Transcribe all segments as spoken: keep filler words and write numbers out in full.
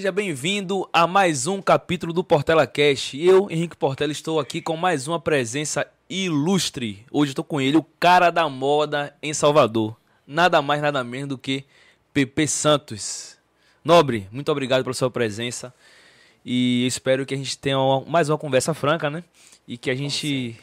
Seja bem-vindo a mais um capítulo do Portela Cast. Eu, Henrique Portela, estou aqui com mais uma presença ilustre. Hoje estou com ele, o cara da moda em Salvador. Nada mais, nada menos do que Pepe Santos. Nobre, muito obrigado pela sua presença. E espero que a gente tenha uma, mais uma conversa franca, né? E que a gente...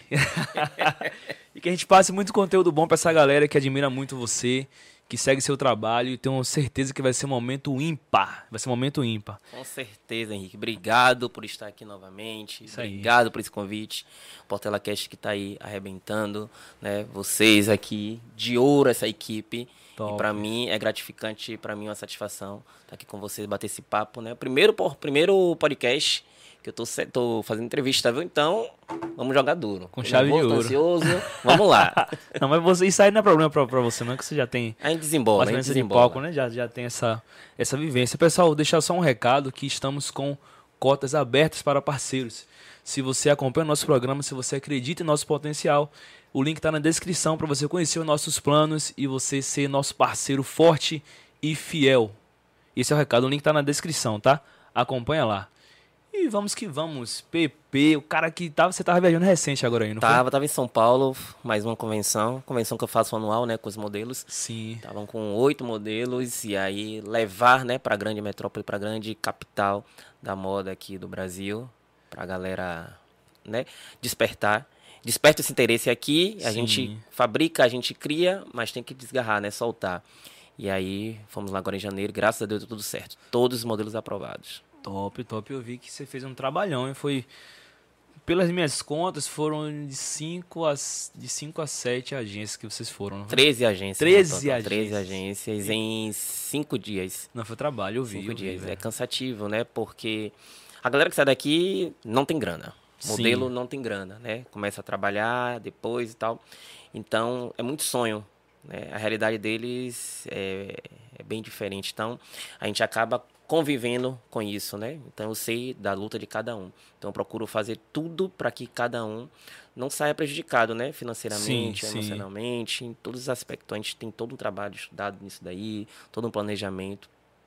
e que a gente passe muito conteúdo bom para essa galera que admira muito você, que segue seu trabalho, e tenho certeza que vai ser um momento ímpar. Vai ser um momento ímpar. Com certeza, Henrique. Obrigado por estar aqui novamente. Isso aí. Obrigado por esse convite. O Portela Cast que está aí arrebentando, né? Vocês aqui, de ouro essa equipe. Top. E para mim é gratificante, para mim é uma satisfação estar aqui com vocês, bater esse papo, né? Primeiro, por, primeiro podcast que eu tô, tô fazendo entrevista, viu? Então, vamos jogar duro. Com chave de ouro. Ansioso, vamos lá. Não, mas você, isso aí não é problema pra, pra você, não, que você já tem... A gente desembola, a gente desembola. De palco, né? Já, já tem essa, essa vivência. Pessoal, deixar só um recado que estamos com cotas abertas para parceiros. Se você acompanha o nosso programa, se você acredita em nosso potencial, o link está na descrição para você conhecer os nossos planos e você ser nosso parceiro forte e fiel. Esse é o recado, o link está na descrição, tá? Acompanha lá. E vamos que vamos, Pepe, o cara que tava, você tava viajando recente agora aí, não tava, foi? Tava em São Paulo, mais uma convenção, convenção que eu faço anual, né, com os modelos. Sim. Estavam com oito modelos e aí levar, né, pra grande metrópole, pra grande capital da moda aqui do Brasil, pra galera, né, despertar. Desperta esse interesse aqui, a Sim. gente fabrica, a gente cria, mas tem que desgarrar, né, soltar. E aí, fomos lá agora em janeiro, graças a Deus deu tudo certo. Todos os modelos aprovados. Top, top. Eu vi que você fez um trabalhão, hein? Foi, pelas minhas contas, foram de cinco a, de cinco a sete agências que vocês foram. Não foi? treze agências. treze agências. treze agências em cinco dias. Não, foi trabalho, eu vi. cinco eu dias. vi, é cansativo, né? Porque a galera que sai daqui não tem grana. Modelo Sim. não tem grana, né? Começa a trabalhar depois e tal. Então, é muito sonho. Né? A realidade deles é, é bem diferente. Então, a gente acaba convivendo com isso, né? Então eu sei da luta de cada um. Então eu procuro fazer tudo para que cada um não saia prejudicado, né? Financeiramente, sim, emocionalmente, sim. Em todos os aspectos. Então, a gente tem todo um trabalho estudado nisso daí, todo um planejamento.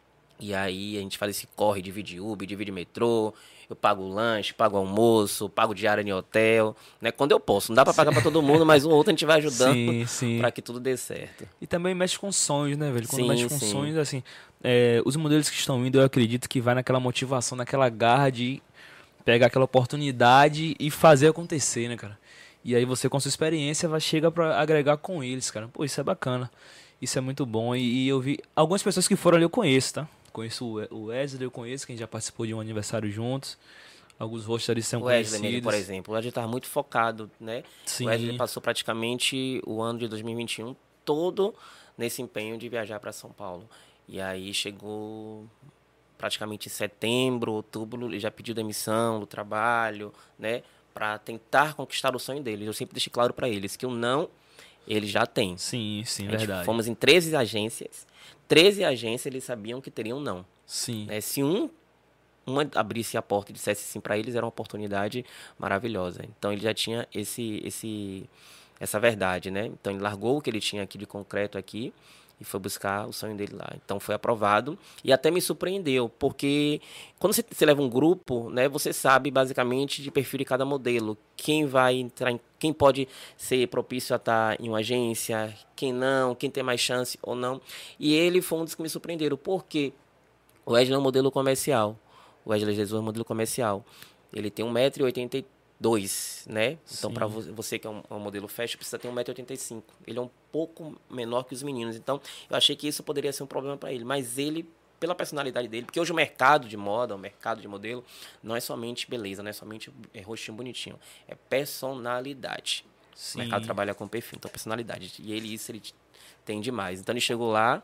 E aí a gente faz esse corre, divide Uber, divide metrô, eu pago o lanche, pago o almoço, pago diária em hotel, né? Quando eu posso. Não dá para pagar para todo mundo, mas um ou outro a gente vai ajudando para que tudo dê certo. E também mexe com sonhos, né, velho? Quando sim, mexe com sim. sonhos, assim, é, os modelos que estão indo, eu acredito que vai naquela motivação, naquela garra de pegar aquela oportunidade e fazer acontecer, né, cara? E aí você, com sua experiência, vai chegar para agregar com eles, cara. Pô, isso é bacana. Isso é muito bom. E, e eu vi algumas pessoas que foram ali, eu conheço, tá? Conheço o Wesley, eu conheço, que a gente já participou de um aniversário juntos. Alguns rostos ali são o Wesley, conhecidos. Por exemplo, o Wesley estava muito focado, né? Sim. O Wesley passou praticamente o ano de dois mil e vinte e um todo nesse empenho de viajar para São Paulo. E aí chegou praticamente em setembro, outubro, ele já pediu demissão do trabalho, né? Para tentar conquistar o sonho dele. Eu sempre deixei claro para eles que o não, ele já tem. Sim, sim, a gente, verdade. Fomos em treze agências. treze agências eles sabiam que teriam não. Sim. Né? Se um uma abrisse a porta e dissesse sim para eles, era uma oportunidade maravilhosa. Então ele já tinha esse, esse, essa verdade, né? Então ele largou o que ele tinha aqui de concreto aqui e foi buscar o sonho dele lá. Então foi aprovado e até me surpreendeu, porque quando você, você leva um grupo, né, você sabe basicamente de perfil de cada modelo, quem vai entrar em, quem pode ser propício a estar em uma agência, quem não, quem tem mais chance ou não. E ele foi um dos que me surpreenderam, porque o Wesley é um modelo comercial. O Wesley Jesus é um modelo comercial. Ele tem um metro e oitenta e dois, né? Então, para você que é um, um modelo fashion, precisa ter um metro e oitenta e cinco. Ele é um pouco menor que os meninos. Então, eu achei que isso poderia ser um problema para ele. Mas ele, pela personalidade dele, porque hoje o mercado de moda, o mercado de modelo, não é somente beleza, não é somente é rostinho bonitinho. É personalidade. Sim. O mercado trabalha com perfil, então personalidade. E ele, isso ele tem demais. Então, ele chegou lá,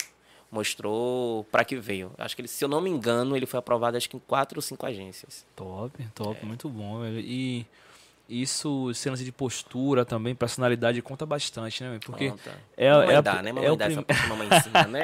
mostrou para que veio. Acho que ele, se eu não me engano, ele foi aprovado acho que em quatro ou cinco agências. Top, top, é. Muito bom, velho. E isso, cenas de postura também, personalidade, conta bastante, né? Porque conta. é, mamãe é, dá, né? Mamãe é dá, prim... essa parte mamãe ensina, né?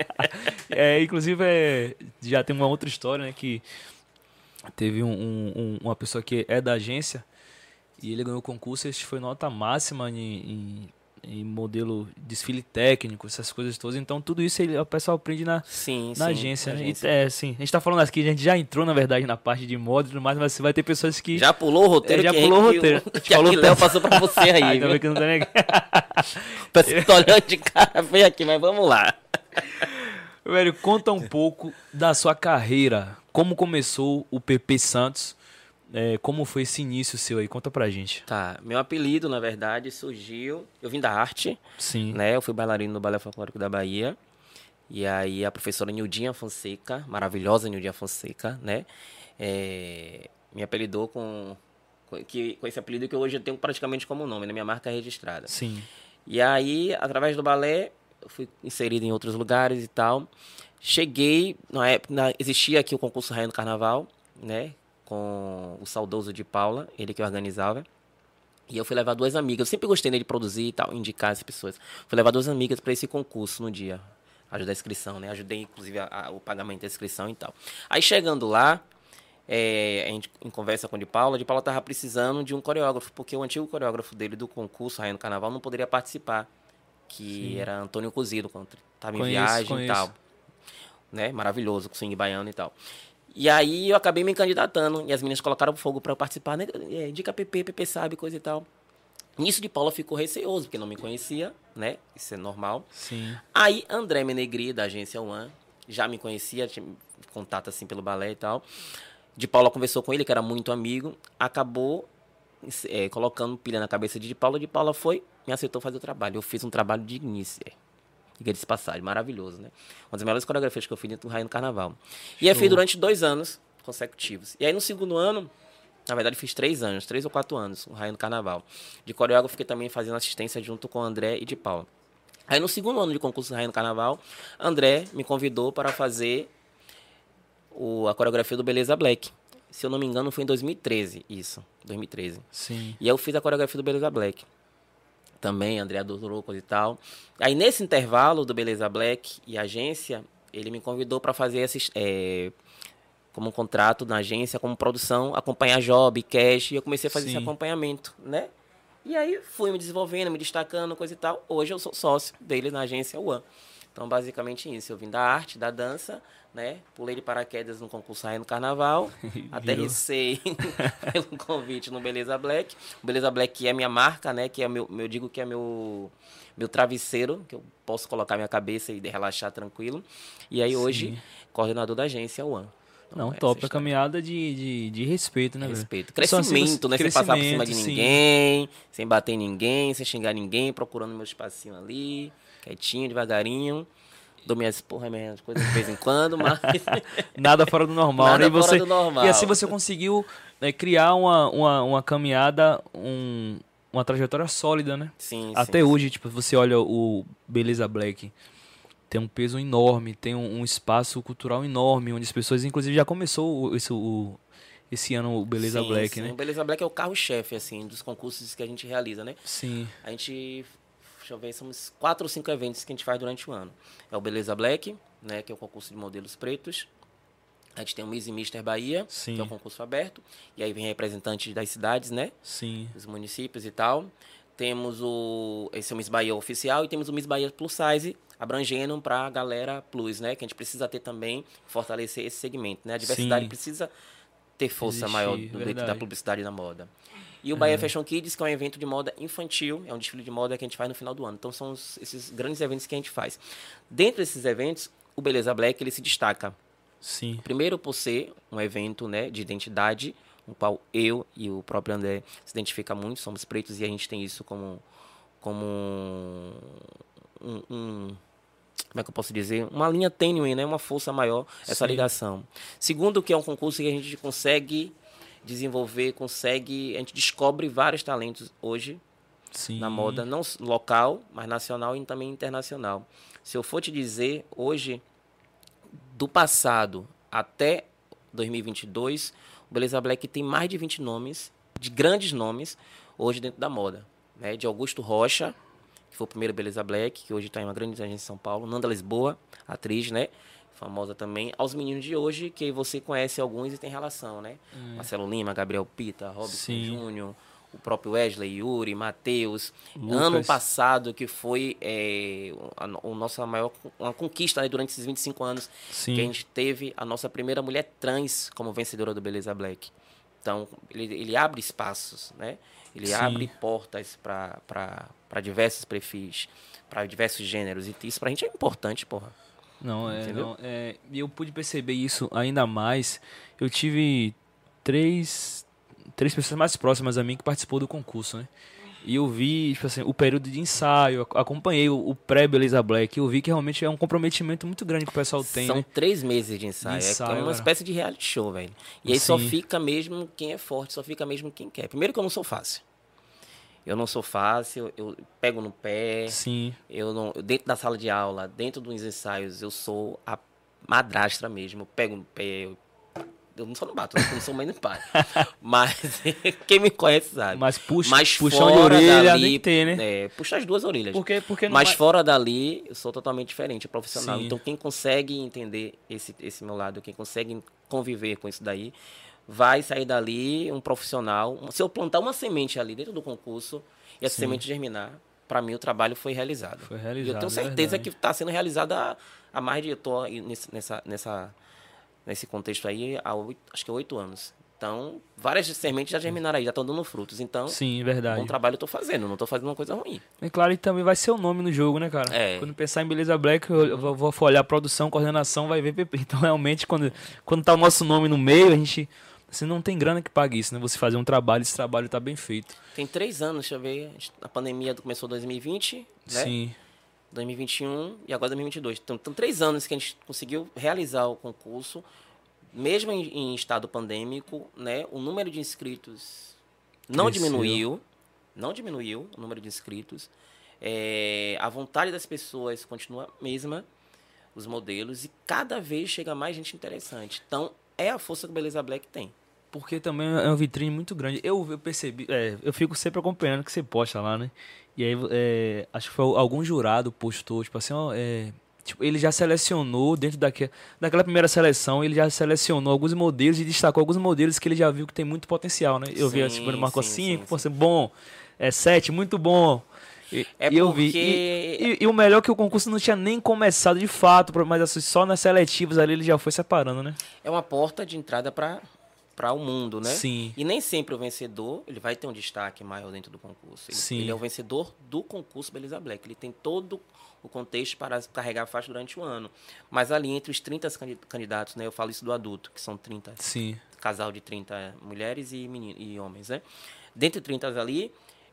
é, inclusive, é, já tem uma outra história, né? Que teve um, um, uma pessoa que é da agência e ele ganhou o concurso e foi nota máxima em, em em modelo, desfile técnico, essas coisas todas. Então, tudo isso ele, o pessoal aprende na, Sim, na sim, agência. na Né? agência. É, sim. A gente tá falando aqui, a gente já entrou, na verdade, na parte de moda e tudo mais, mas você vai ter pessoas que... Já pulou o roteiro? É, já que, pulou o que roteiro. O, que aqui Léo passou pra você aí, Ainda viu? bem que não tá nem aqui. O pessoal tá olhando de cara feio aqui, mas vamos lá. Velho, conta um pouco da sua carreira. Como começou o P P Santos? É, como foi esse início seu aí? Conta pra gente. Tá, meu apelido, na verdade, surgiu... Eu vim da arte, Sim. né? Eu fui bailarino no Balé Folclórico da Bahia. E aí a professora Nildinha Fonseca, maravilhosa Nildinha Fonseca, né? É, me apelidou com, com, que, com esse apelido que hoje eu tenho praticamente como nome, na minha marca registrada. Sim. E aí, através do balé, eu fui inserido em outros lugares e tal. Cheguei, na época, na, existia aqui o concurso Rainha do Carnaval, né? Com o saudoso de Paula, ele que organizava. E eu fui levar duas amigas. Eu sempre gostei, né, de produzir e tal, indicar as pessoas. Fui levar duas amigas para esse concurso no dia. Ajudar a inscrição, né? Ajudei, inclusive, a, a, o pagamento da inscrição e tal. Aí, chegando lá, é, a gente, em conversa com o de Paula, de Paula estava precisando de um coreógrafo, porque o antigo coreógrafo dele do concurso Rainha do Carnaval não poderia participar, que Sim. era Antônio Cozido, estava em conheço, viagem conheço. e tal. Né? Maravilhoso, com swing baiano e tal. E aí eu acabei me candidatando, e as meninas colocaram fogo para eu participar, né? É, dica P P, P P sabe, coisa e tal. Nisso de Paula ficou receoso, porque não me conhecia, né? Isso é normal. Sim. Aí André Menegri, da agência One, já me conhecia, tinha contato assim pelo balé e tal. De Paula conversou com ele, que era muito amigo, acabou é, colocando pilha na cabeça de De Paula. De Paula foi, me aceitou fazer o trabalho. Eu fiz um trabalho digníssimo. Diga de passagem, maravilhoso, né? Uma das melhores coreografias que eu fiz dentro do Rainha do Carnaval. E aí fiz durante dois anos consecutivos. E aí no segundo ano, na verdade fiz três anos, três ou quatro anos, o Rainha do Carnaval. De coreógrafo fiquei também fazendo assistência junto com André e de Paula. Aí no segundo ano de concurso do Rainha do Carnaval, André me convidou para fazer o, a coreografia do Beleza Black. Se eu não me engano, foi em dois mil e treze, isso, dois mil e treze. Sim. E aí eu fiz a coreografia do Beleza Black. Também, André adorou, coisa e tal. Aí, nesse intervalo do Beleza Black e agência, ele me convidou para fazer esses, é, como um contrato na agência, como produção, acompanhar job, cash, e eu comecei a fazer Sim. esse acompanhamento, né? E aí, fui me desenvolvendo, me destacando, coisa e tal. Hoje eu sou sócio dele na agência One. Então, basicamente isso. Eu vim da arte, da dança, né? Pulei de paraquedas no concurso Rainha no Carnaval. Aterrissei pelo convite no Beleza Black. O Beleza Black que é minha marca, né? Que é meu, eu digo que é meu, meu travesseiro, que eu posso colocar minha cabeça e relaxar tranquilo. E aí, Sim. hoje, coordenador da agência One. Então, Não, top. A caminhada de, de, de respeito, né, Respeito. Velho? Crescimento, né? Sem passar por cima de ninguém, sim. sem bater em ninguém, sem xingar ninguém, procurando meu espacinho ali, quietinho, devagarinho. Dou minhas porra, minhas coisas de vez em quando, mas... Nada fora do normal. Nada né? E fora você, do normal. E assim você conseguiu né, criar uma, uma, uma caminhada, um, uma trajetória sólida, né? Sim, Até sim, hoje, sim. tipo, você olha o Beleza Black, tem um peso enorme, tem um, um espaço cultural enorme, onde as pessoas, inclusive, já começou esse, o, esse ano o Beleza sim, Black, sim. né? O Beleza Black é o carro-chefe, assim, dos concursos que a gente realiza, né? Sim. A gente... Deixa eu ver, são uns quatro ou cinco eventos que a gente faz durante o ano. É o Beleza Black, né, que é o concurso de modelos pretos. A gente tem o Miss e Mister Bahia, Sim. que é o concurso aberto. E aí vem representantes das cidades, né? Sim. Dos municípios e tal. Temos o... Esse é o Miss Bahia oficial. E temos o Miss Bahia Plus Size, abrangendo para a galera plus, né? Que a gente precisa ter também, fortalecer esse segmento, né? A diversidade Sim. precisa ter força Existir, maior no dentro da publicidade da moda. E o Bahia uhum. Fashion Kids, que é um evento de moda infantil, é um desfile de moda que a gente faz no final do ano. Então, são os, esses grandes eventos que a gente faz. Dentro desses eventos, o Beleza Black, ele se destaca. Sim. Primeiro, por ser um evento, né, de identidade, no qual eu e o próprio André se identificam muito, somos pretos e a gente tem isso como, como um, um... Como é que eu posso dizer? Uma linha tênue, né? Uma força maior, essa Sim. ligação. Segundo, que é um concurso que a gente consegue... desenvolver, consegue... A gente descobre vários talentos hoje Sim. na moda, não local, mas nacional e também internacional. Se eu for te dizer, hoje, do passado até dois mil e vinte e dois, o Beleza Black tem mais de vinte nomes, de grandes nomes, hoje dentro da moda. Né? De Augusto Rocha, que foi o primeiro Beleza Black, que hoje está em uma grande agência em São Paulo. Nanda Lisboa, atriz, né? Famosa também, aos meninos de hoje, que você conhece alguns e tem relação, né? Hum. Marcelo Lima, Gabriel Pita, Robson Júnior, o próprio Wesley, Yuri, Matheus. Lucas. Ano passado, que foi é, a, a nossa maior uma conquista, né, durante esses vinte e cinco anos, Sim. que a gente teve a nossa primeira mulher trans como vencedora do Beleza Black. Então, ele, ele abre espaços, né? Ele Sim. abre portas para diversos perfis, para diversos gêneros. E isso pra gente é importante, porra. Não, é, Entendeu? não, é, e eu pude perceber isso ainda mais. Eu tive três, três pessoas mais próximas a mim que participou do concurso, né? E eu vi, tipo assim, o período de ensaio, ac- acompanhei o, o pré-Beleza Black, eu vi que realmente é um comprometimento muito grande que o pessoal tem, São né? três meses de ensaio. De É- ensaio, é uma cara. espécie de reality show, velho. E aí só Sim. fica mesmo quem é forte, só fica mesmo quem quer. Primeiro que eu não sou fácil. Eu não sou fácil, eu pego no pé. Sim, Eu não, dentro da sala de aula, dentro dos ensaios, eu sou a madrastra mesmo. Eu pego no pé, eu, eu não só não bato, eu não sou mãe nem pai. Mas quem me conhece sabe. mas puxa, Mas puxão de fora orelha dali, tem que ter, né? É, puxa as duas orelhas. Porque, porque não Mas vai- fora dali, eu sou totalmente diferente, profissional. Sim. Então, quem consegue entender esse, esse meu lado, quem consegue conviver com isso daí, vai sair dali um profissional. Se eu plantar uma semente ali dentro do concurso e essa Sim. semente germinar, para mim o trabalho foi realizado. Foi E eu realizado, tenho é certeza verdade. que está sendo realizado há, há mais de... Eu tô aí nesse, nessa, nessa, nesse contexto aí há oito, acho que oito anos. Então, várias sementes já germinaram aí, já estão dando frutos. Então, Sim, um verdade. bom trabalho eu estou fazendo, não estou fazendo uma coisa ruim. É claro, e também vai ser o nome no jogo, né, cara? É. Quando pensar em Beleza Black, eu eu vou vou olhar produção, coordenação, vai ver P P. Então, realmente, quando, quando tá o nosso nome no meio, a gente... Você não tem grana que pague isso, né? Você fazer um trabalho, esse trabalho tá bem feito. Tem três anos, deixa eu ver. A pandemia começou em dois mil e vinte, né? Sim, dois mil e vinte e um e agora dois mil e vinte e dois. Então, tem três anos que a gente conseguiu realizar o concurso, mesmo em, em estado pandêmico, né? O número de inscritos não Cresceu. diminuiu, não diminuiu o número de inscritos. É, a vontade das pessoas continua a mesma, os modelos, e cada vez chega mais gente interessante. Então, é a força que o Beleza Black tem. porque também é uma vitrine muito grande. Eu, eu percebi, é, eu fico sempre acompanhando o que você posta lá, né? E aí, é, acho que foi algum jurado postou, tipo assim, ó, é, tipo, ele já selecionou, dentro daque, daquela primeira seleção, ele já selecionou alguns modelos e destacou alguns modelos que ele já viu que tem muito potencial, né? Eu vi, Sim, tipo, ele marcou sim, cinco, sim, pô, sim. assim, bom, é sete, muito bom. E, É e eu vi. porque- E, e- e o melhor é que o concurso não tinha nem começado de fato, mas assim, só nas seletivas ali ele já foi separando, né? É uma porta de entrada para para o mundo, né? Sim. E nem sempre o vencedor ele vai ter um destaque maior dentro do concurso. Ele, Sim. ele é o vencedor do concurso Beleza Black. Ele tem todo o contexto para carregar a faixa durante o ano. Mas ali entre os trinta candi- candidatos, né? Eu falo isso do adulto, que são trinta, Sim. casal de trinta mulheres e, menino, e homens, né? Dentre trinta ali,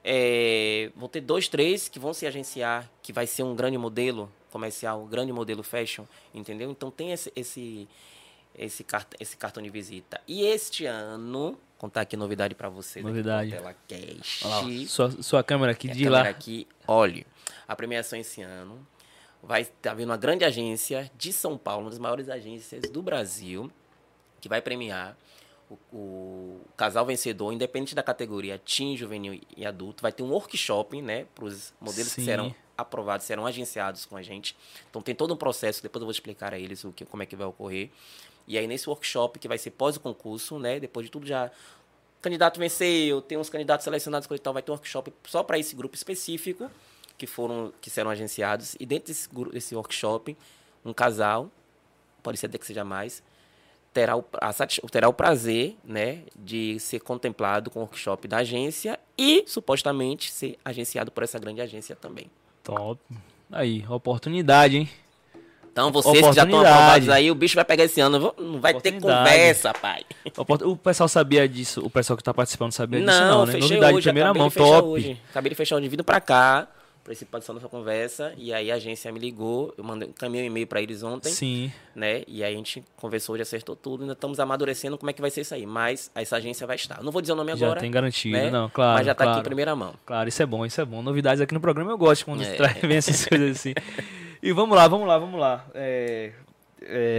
é, vão ter dois, três que vão se agenciar, que vai ser um grande modelo comercial, um grande modelo fashion, entendeu? Então tem esse, esse, esse, cart, esse cartão de visita. E este ano, contar aqui novidade para vocês. Novidade. Aqui no Portela Cast. Olha lá, sua, sua câmera aqui, E a diz câmera lá. aqui, olhe, a premiação esse ano vai estar vindo uma grande agência de São Paulo, uma das maiores agências do Brasil, que vai premiar o, o casal vencedor, independente da categoria teen, juvenil e adulto. Vai ter um workshop, né, para os modelos Sim. que serão aprovados, serão agenciados com a gente. Então tem todo um processo, depois eu vou explicar a eles o que, como é que vai ocorrer. E aí nesse workshop, que vai ser pós o concurso, né, depois de tudo já... Candidato venceu, tem uns candidatos selecionados, coisa e tal, vai ter um workshop só para esse grupo específico, que foram que serão agenciados. E dentro desse, gru- desse workshop, um casal, pode ser até que seja mais, terá o, a, satis- terá o prazer, né, de ser contemplado com o workshop da agência e, supostamente, ser agenciado por essa grande agência também. Top. Aí, oportunidade, hein? Então, vocês que já estão Oportunidade. aprovados aí, o bicho vai pegar esse ano. Não vai ter Oportunidade. conversa, pai. Opor- O pessoal sabia disso, o pessoal que tá participando sabia disso, Não, não, né? fechei Novidade hoje, de primeira acabei mão, de fechar top. hoje. Acabei de fechar hoje, vindo pra cá, pra esse participar dessa conversa, e aí a agência me ligou, eu mandei, encaminhei um e-mail pra eles ontem, Sim. né, e aí a gente conversou hoje, acertou tudo, ainda estamos amadurecendo como é que vai ser isso aí, mas essa agência vai estar. Não vou dizer o nome Já agora, tem garantido, né, não, claro. mas já tá claro. aqui em primeira mão. Claro, isso é bom, isso é bom. Novidades aqui no programa eu gosto quando É. traz vem essas coisas assim. E vamos lá, vamos lá, vamos lá. É, é...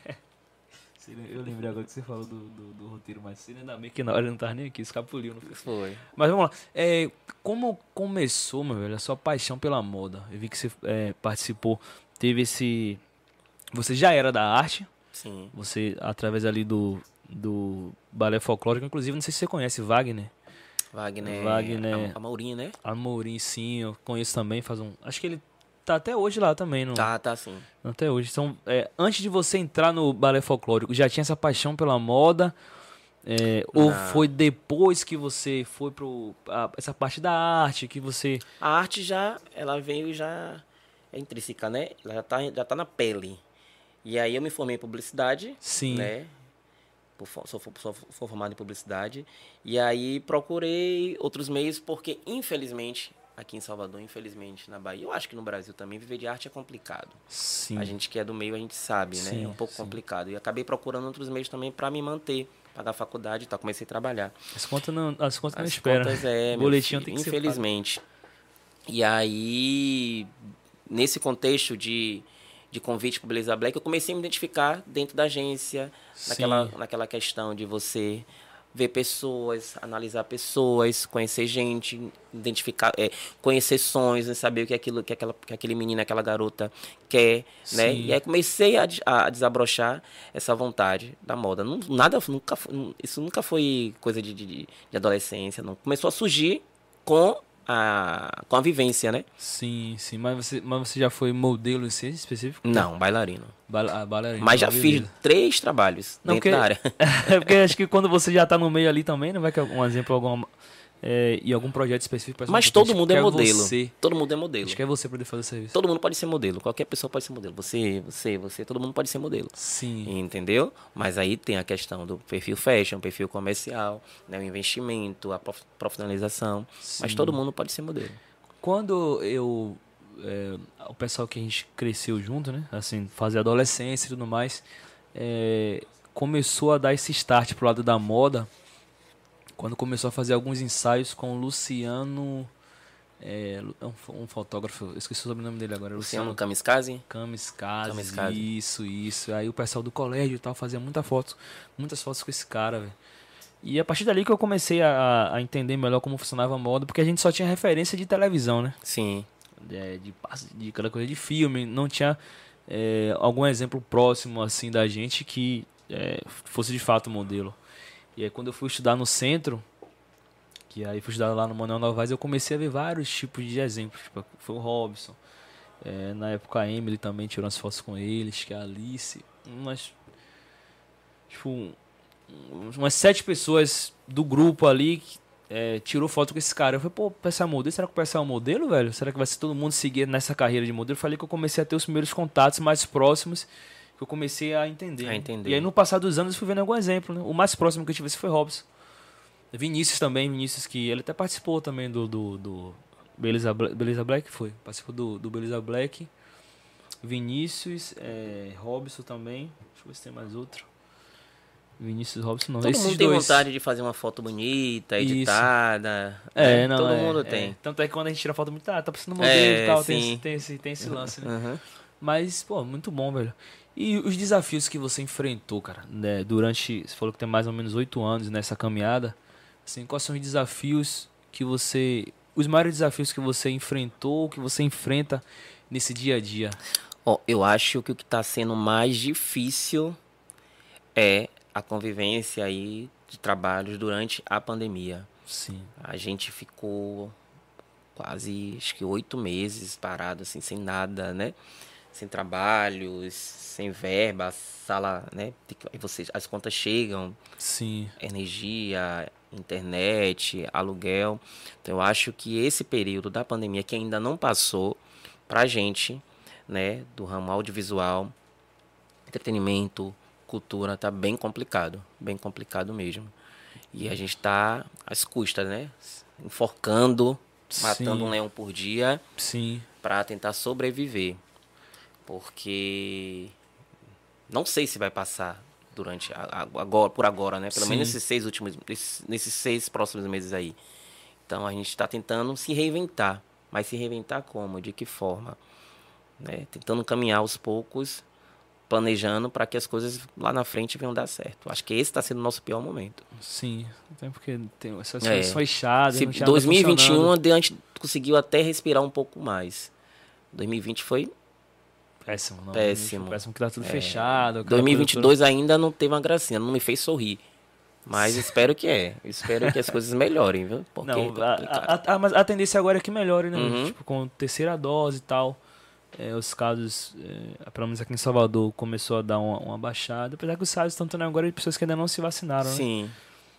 Eu lembrei agora que você falou do, do, do roteiro mais cedo, ainda bem que na hora ele não tava nem aqui, escapuliu. Não foi? Foi. Mas vamos lá. É, como começou, meu velho, a sua paixão pela moda? Eu vi que você é, participou, teve esse... Você já era da arte, Sim. você, através ali do, do balé folclórico, inclusive, não sei se você conhece Wagner. Wagner. Wagner. A, a Maurinho, né? A Maurinho, sim, eu conheço também, faz um... Acho que ele tá até hoje lá também. No... Tá, tá sim. Até hoje. Então, é, antes de você entrar no balé folclórico, já tinha essa paixão pela moda? É, ou foi depois que você foi pro a, essa parte da arte que você... A arte já, ela veio já é intrínseca, né? Ela já tá, já tá na pele. E aí eu me formei em publicidade, Sim. né? Sou, sou, sou formado em publicidade. E aí procurei outros meios, porque infelizmente, aqui em Salvador, infelizmente, na Bahia, eu acho que no Brasil também, viver de arte é complicado. Sim. A gente que é do meio, a gente sabe, né? Sim, é um pouco sim. complicado. E acabei procurando outros meios também para me manter, pagar a faculdade e tal. Comecei a trabalhar. As contas não, as contas não As esperam. contas é, O meu boletim filho, tem que ser infelizmente. E aí, nesse contexto de, de convite para Beleza Black, eu comecei a me identificar dentro da agência, naquela, naquela questão de você ver pessoas, analisar pessoas, conhecer gente, identificar, é, conhecer sonhos, saber o que aquilo, que aquela, que aquele menino, aquela garota quer, Sim. né? E aí comecei a, a desabrochar essa vontade da moda. Não, nada, nunca, isso nunca foi coisa de, de, de adolescência, não. Começou a surgir com a, com a vivência, né? Sim, sim. Mas você, mas você já foi modelo em si específico? Não, bailarino. Ba bailarino. Mas já beleza. fiz três trabalhos não, dentro porque, da área. É porque acho que quando você já tá no meio ali também, não vai que um exemplo, alguma, é, e algum projeto específico. Mas todo mundo é modelo. Você. Todo mundo é modelo. Acho que é você poder fazer o serviço. Todo mundo pode ser modelo. Qualquer pessoa pode ser modelo. Você, você, você. Todo mundo pode ser modelo. Sim. Entendeu? Mas aí tem a questão do perfil fashion, perfil comercial, né, o investimento, a prof, profissionalização. Sim. Mas todo mundo pode ser modelo. Quando eu... É, o pessoal que a gente cresceu junto, né? Assim, fazer adolescência e tudo mais, é, começou a dar esse start pro lado da moda, quando começou a fazer alguns ensaios com o Luciano, é, um, um fotógrafo, eu esqueci o sobrenome dele agora. Luciano Kamikaze? Kamikaze, isso, isso. Aí o pessoal do colégio e tal fazia muita foto, muitas fotos com esse cara, velho. E a partir dali que eu comecei a, a entender melhor como funcionava a moda, porque a gente só tinha referência de televisão, né? Sim. De, de, de aquela coisa de filme, não tinha é, algum exemplo próximo assim da gente que é, fosse de fato modelo. E aí quando eu fui estudar no centro, que aí fui estudar lá no Manuel Novaes, eu comecei a ver vários tipos de exemplos. Tipo, foi o Robson, é, na época a Emily também tirou umas fotos com eles, que a Alice, umas tipo umas sete pessoas do grupo ali que É, tirou foto com esse cara. Eu falei, pô, o P S A modelo, será que o P S A é um modelo, velho? Será que vai ser todo mundo seguir nessa carreira de modelo? Eu falei que eu comecei a ter os primeiros contatos mais próximos, que eu comecei a entender. A entender. E aí no passar dos anos eu fui vendo algum exemplo, né? O mais próximo que eu tive foi Robson. Vinícius também, Vinícius que ele até participou também do, do, do Beleza, Black, Beleza Black, foi. Participou do, do Beleza Black. Vinícius, é, Robson também. Deixa eu ver se tem mais outro. Vinícius Robson não. Todo Esses mundo tem dois... vontade de fazer uma foto bonita, editada. É, né? não, Todo é, mundo é. tem. Tanto é que quando a gente tira foto muito, ah, tá precisando modelo É, e tal, sim. tem, esse, tem, esse, tem esse lance, né? Uhum. Mas, pô, muito bom, velho. E os desafios que você enfrentou, cara, né, durante, você falou que tem mais ou menos oito anos nessa caminhada, assim, quais são os desafios que você, os maiores desafios que você enfrentou, que você enfrenta nesse dia a dia? Ó, eu acho que o que tá sendo mais difícil é a convivência aí de trabalhos durante a pandemia. Sim. A gente ficou quase, acho que oito meses parado, assim, sem nada, né? Sem trabalhos, sem verba, a sala, né? Aí vocês, as contas chegam. Sim. Energia, internet, aluguel. Então, eu acho que esse período da pandemia, que ainda não passou, pra gente, né? Do ramo audiovisual, entretenimento, cultura, tá bem complicado, bem complicado mesmo. E a gente tá às custas, né? Enforcando, matando Sim. um leão por dia. Sim. Para tentar sobreviver. Porque não sei se vai passar durante agora, por agora, né? Pelo Sim. menos nesses seis últimos, nesses, nesses seis próximos meses aí. Então a gente está tentando se reinventar, mas se reinventar como? De que forma? Né? Tentando caminhar aos poucos, planejando para que as coisas lá na frente venham dar certo. Acho que esse está sendo o nosso pior momento. Sim, até porque tem essas É. coisas fechadas. Se não tinha dois mil e vinte e um nada a gente conseguiu até respirar um pouco mais. dois mil e vinte foi péssimo, não. péssimo. Péssimo que tá tudo É. fechado. aquela dois mil e vinte e dois coisa ainda não teve uma gracinha, não me fez sorrir. Mas espero que é. Espero que as coisas melhorem, viu? Porque Não, tá a, a, a, mas a tendência agora é que melhore, né? Uhum. Tipo, com terceira dose e tal. É, os casos, é, pelo menos aqui em Salvador, começou a dar uma, uma baixada. Apesar que os casos estão tendo agora de pessoas que ainda não se vacinaram, né? Sim.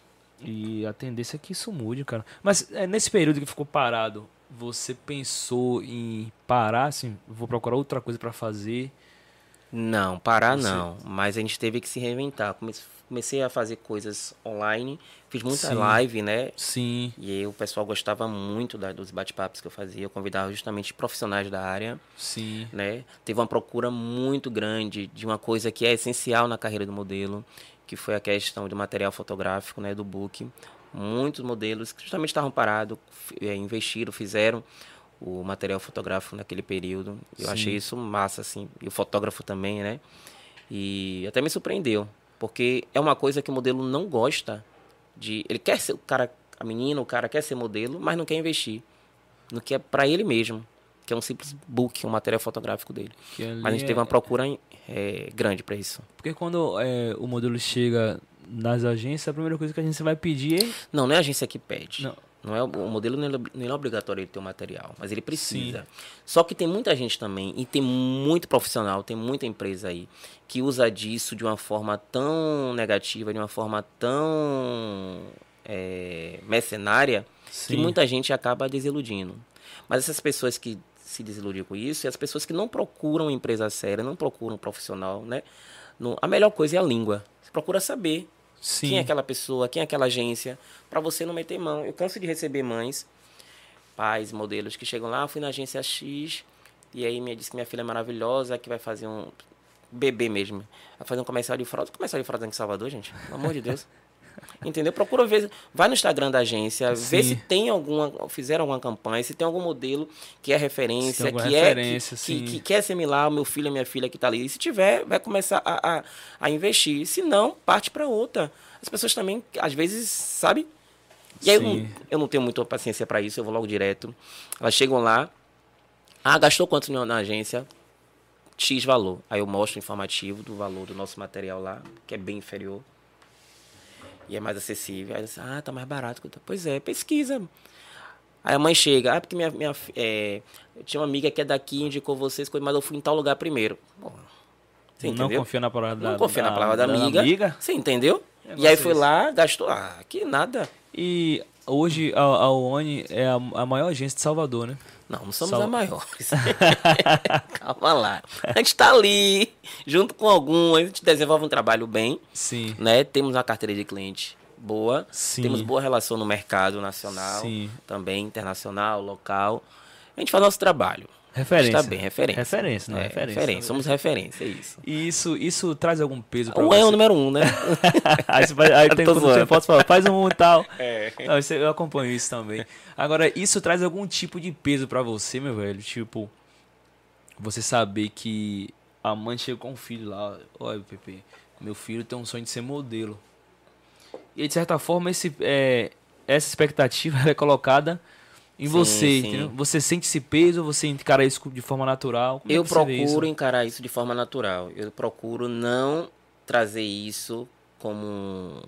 E a tendência é que isso mude, cara. Mas é, nesse período que ficou parado, você pensou em parar, assim, vou procurar outra coisa pra fazer? Não, parar Você... não. Mas a gente teve que se reinventar. Comece- Comecei a fazer coisas online. Fiz muita Sim. live, né? Sim, E aí o pessoal gostava muito da- dos bate-papos que eu fazia. Eu convidava justamente profissionais da área, sim, né? Teve uma procura muito grande de uma coisa que é essencial na carreira do modelo, que foi a questão do material fotográfico, né? Do book. Muitos modelos que justamente estavam parados, f- eh, investiram, fizeram o material fotográfico naquele período. Eu Sim. achei isso massa, assim. E o fotógrafo também, né? E até me surpreendeu, porque é uma coisa que o modelo não gosta de... Ele quer ser o cara, a menina, o cara quer ser modelo, mas não quer investir no que é para ele mesmo, que é um simples book, um material fotográfico dele. que ali Mas a gente teve é- uma procura é, grande para isso. Porque quando é, o modelo chega nas agências, a primeira coisa que a gente vai pedir é... Não, não é a agência que pede. Não. Não é, o o modelo não é, ob- não é obrigatório ele ter o material, mas ele precisa. Só que tem muita gente também, e tem muito profissional, tem muita empresa aí, que usa disso de uma forma tão negativa, de uma forma tão é, mercenária, Sim. que muita gente acaba desiludindo. Mas essas pessoas que se desiludem com isso, e as pessoas que não procuram empresa séria, não procuram profissional, né? No- a melhor coisa é a língua. Você procura saber Sim. quem é aquela pessoa, quem é aquela agência, para você não meter mão. Eu canso de receber mães, pais, modelos que chegam lá, fui na agência X, e aí me disse que minha filha é maravilhosa, que vai fazer um bebê mesmo. Vai fazer um comercial de fralda. Comercial de fralda aqui em Salvador, gente? Pelo amor de Deus. Entendeu? Procura ver, vai no Instagram da agência, vê Sim. se tem alguma, fizeram alguma campanha, se tem algum modelo que é referência, alguma que referência, é que, sim. que, que quer assimilar o meu filho, a minha filha que está ali. E se tiver, vai começar a, a, a investir. Se não, parte para outra. As pessoas também, às vezes, sabe? E aí eu não, Sim. eu não tenho muita paciência para isso, eu vou logo direto. Elas chegam lá, ah, gastou quanto na na agência? X valor. Aí eu mostro o informativo do valor do nosso material lá, que é bem inferior. E é mais acessível. Aí você, ah, tá mais barato. Pois é, pesquisa. Aí a mãe chega, ah, porque minha, minha, é, eu tinha uma amiga que é daqui, indicou vocês, mas eu fui em tal lugar primeiro. Porra, você Não entendeu? confia na palavra da Não confia na palavra da, da amiga, amiga. Você entendeu? Negócio E aí é foi esse. lá, gastou, ah, que nada. E hoje a, a ONI é a, a maior agência de Salvador, né? Não, não somos Sal- a maiores. Calma lá. A gente tá ali, junto com algumas, a gente desenvolve um trabalho bem, Sim. né? Temos uma carteira de cliente boa, Sim. temos boa relação no mercado nacional, Sim. também internacional, local. A gente faz nosso trabalho. Referência. Está bem, referência. Referência, não, é, referência. Somos referência, é isso. E isso, isso traz algum peso pra Um você? é o número um, né? aí você vai, aí tem Tô quando zoando. você pode falar, faz um e tal. É. Não, isso eu acompanho isso também. Agora, isso traz algum tipo de peso pra você, meu velho? Tipo, você saber que a mãe chega com o filho lá, olha, Pepe, meu filho tem um sonho de ser modelo. E de certa forma, esse, é, essa expectativa ela é colocada em Sim, você, sim. entendeu? Você sente esse peso, você encara isso de forma natural? Como é Eu que você vê procuro isso? encarar isso de forma natural. Eu procuro não trazer isso como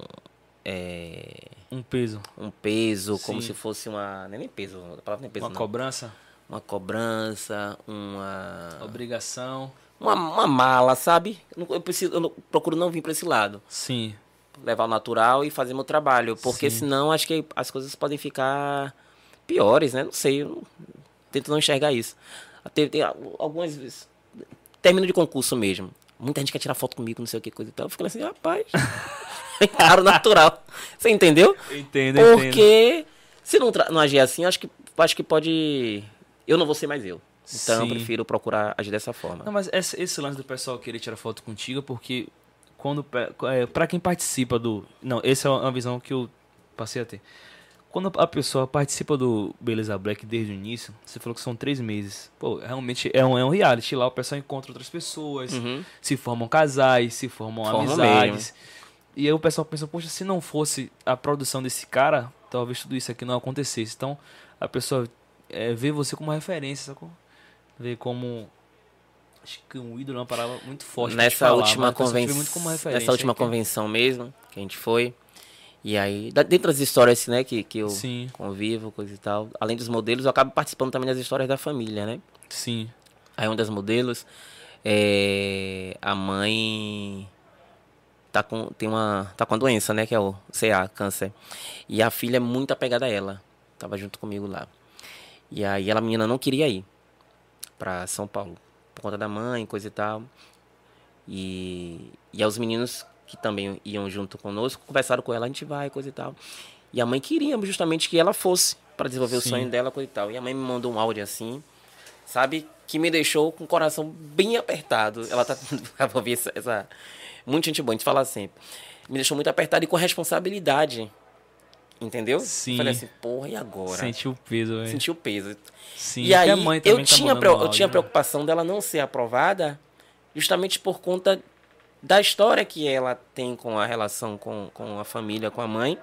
é, Um peso, um peso, como Sim. se fosse uma. Não é nem peso, a palavra não é peso, uma não. cobrança, Uma cobrança, uma. obrigação. Uma, uma mala, sabe? Eu, não- eu preciso, eu não- procuro não vir para esse lado. Sim, Levar o natural e fazer meu trabalho. Porque Sim. senão acho que as coisas podem ficar piores, né? Não sei. Eu não- tento não enxergar isso. Tem, tem algumas vezes. Termino de concurso mesmo. Muita gente quer tirar foto comigo, não sei o que, coisa e tal. Eu fico assim, rapaz. Encaro natural. Você entendeu? entendo, entendo. Porque se não, tra- não agir assim, acho que, acho que pode. Eu não vou ser mais eu. Então eu Sim. prefiro procurar agir dessa forma. Não, mas esse, esse lance do pessoal querer tirar foto contigo é porque quando pe- é, pra quem participa do... Não, essa é uma visão que eu passei a ter. Quando a pessoa participa do Beleza Black desde o início, você falou que são três meses. Pô, realmente é um, é um reality. Lá o pessoal encontra outras pessoas, Uhum. se formam casais, se formam Forma amizades. E aí o pessoal pensa, poxa, se não fosse a produção desse cara, talvez tudo isso aqui não acontecesse. Então, a pessoa é, vê você como referência, sacou? Vê como... Acho que um ídolo é uma palavra muito forte pra te Nessa falar, última mas a pessoa te vê convenção, muito como referência. nessa última aí, que- convenção mesmo, que a gente foi, E aí, da- dentro das histórias, né, que, que eu Sim, convivo, coisa e tal, além dos modelos, eu acabo participando também das histórias da família, né? sim, Aí uma das modelos, é, a mãe tá com, tem uma, tá com a doença, né, que é o C A, câncer. E a filha é muito apegada a ela, tava junto comigo lá. E aí ela, a menina, não queria ir pra São Paulo, por conta da mãe, coisa e tal. E, e aí os meninos que também iam junto conosco conversaram com ela, a gente vai, coisa e tal. E a mãe queria justamente que ela fosse para desenvolver o sim. sonho dela, coisa e tal. E a mãe me mandou um áudio assim, sabe? Que me deixou com o coração bem apertado. Ela tá pra ouvir essa, essa. Muita gente boa, a gente fala sempre. Me deixou muito apertado e com responsabilidade. Entendeu? Eu falei Sim. assim, porra, e agora? Sentiu o peso, velho. Senti o peso. Sim, E porque a aí, mãe eu também tá tinha, mandando preo- um eu tinha áudio, né? preocupação dela não ser aprovada, justamente por conta da história que ela tem com a relação com, com a família, com a mãe,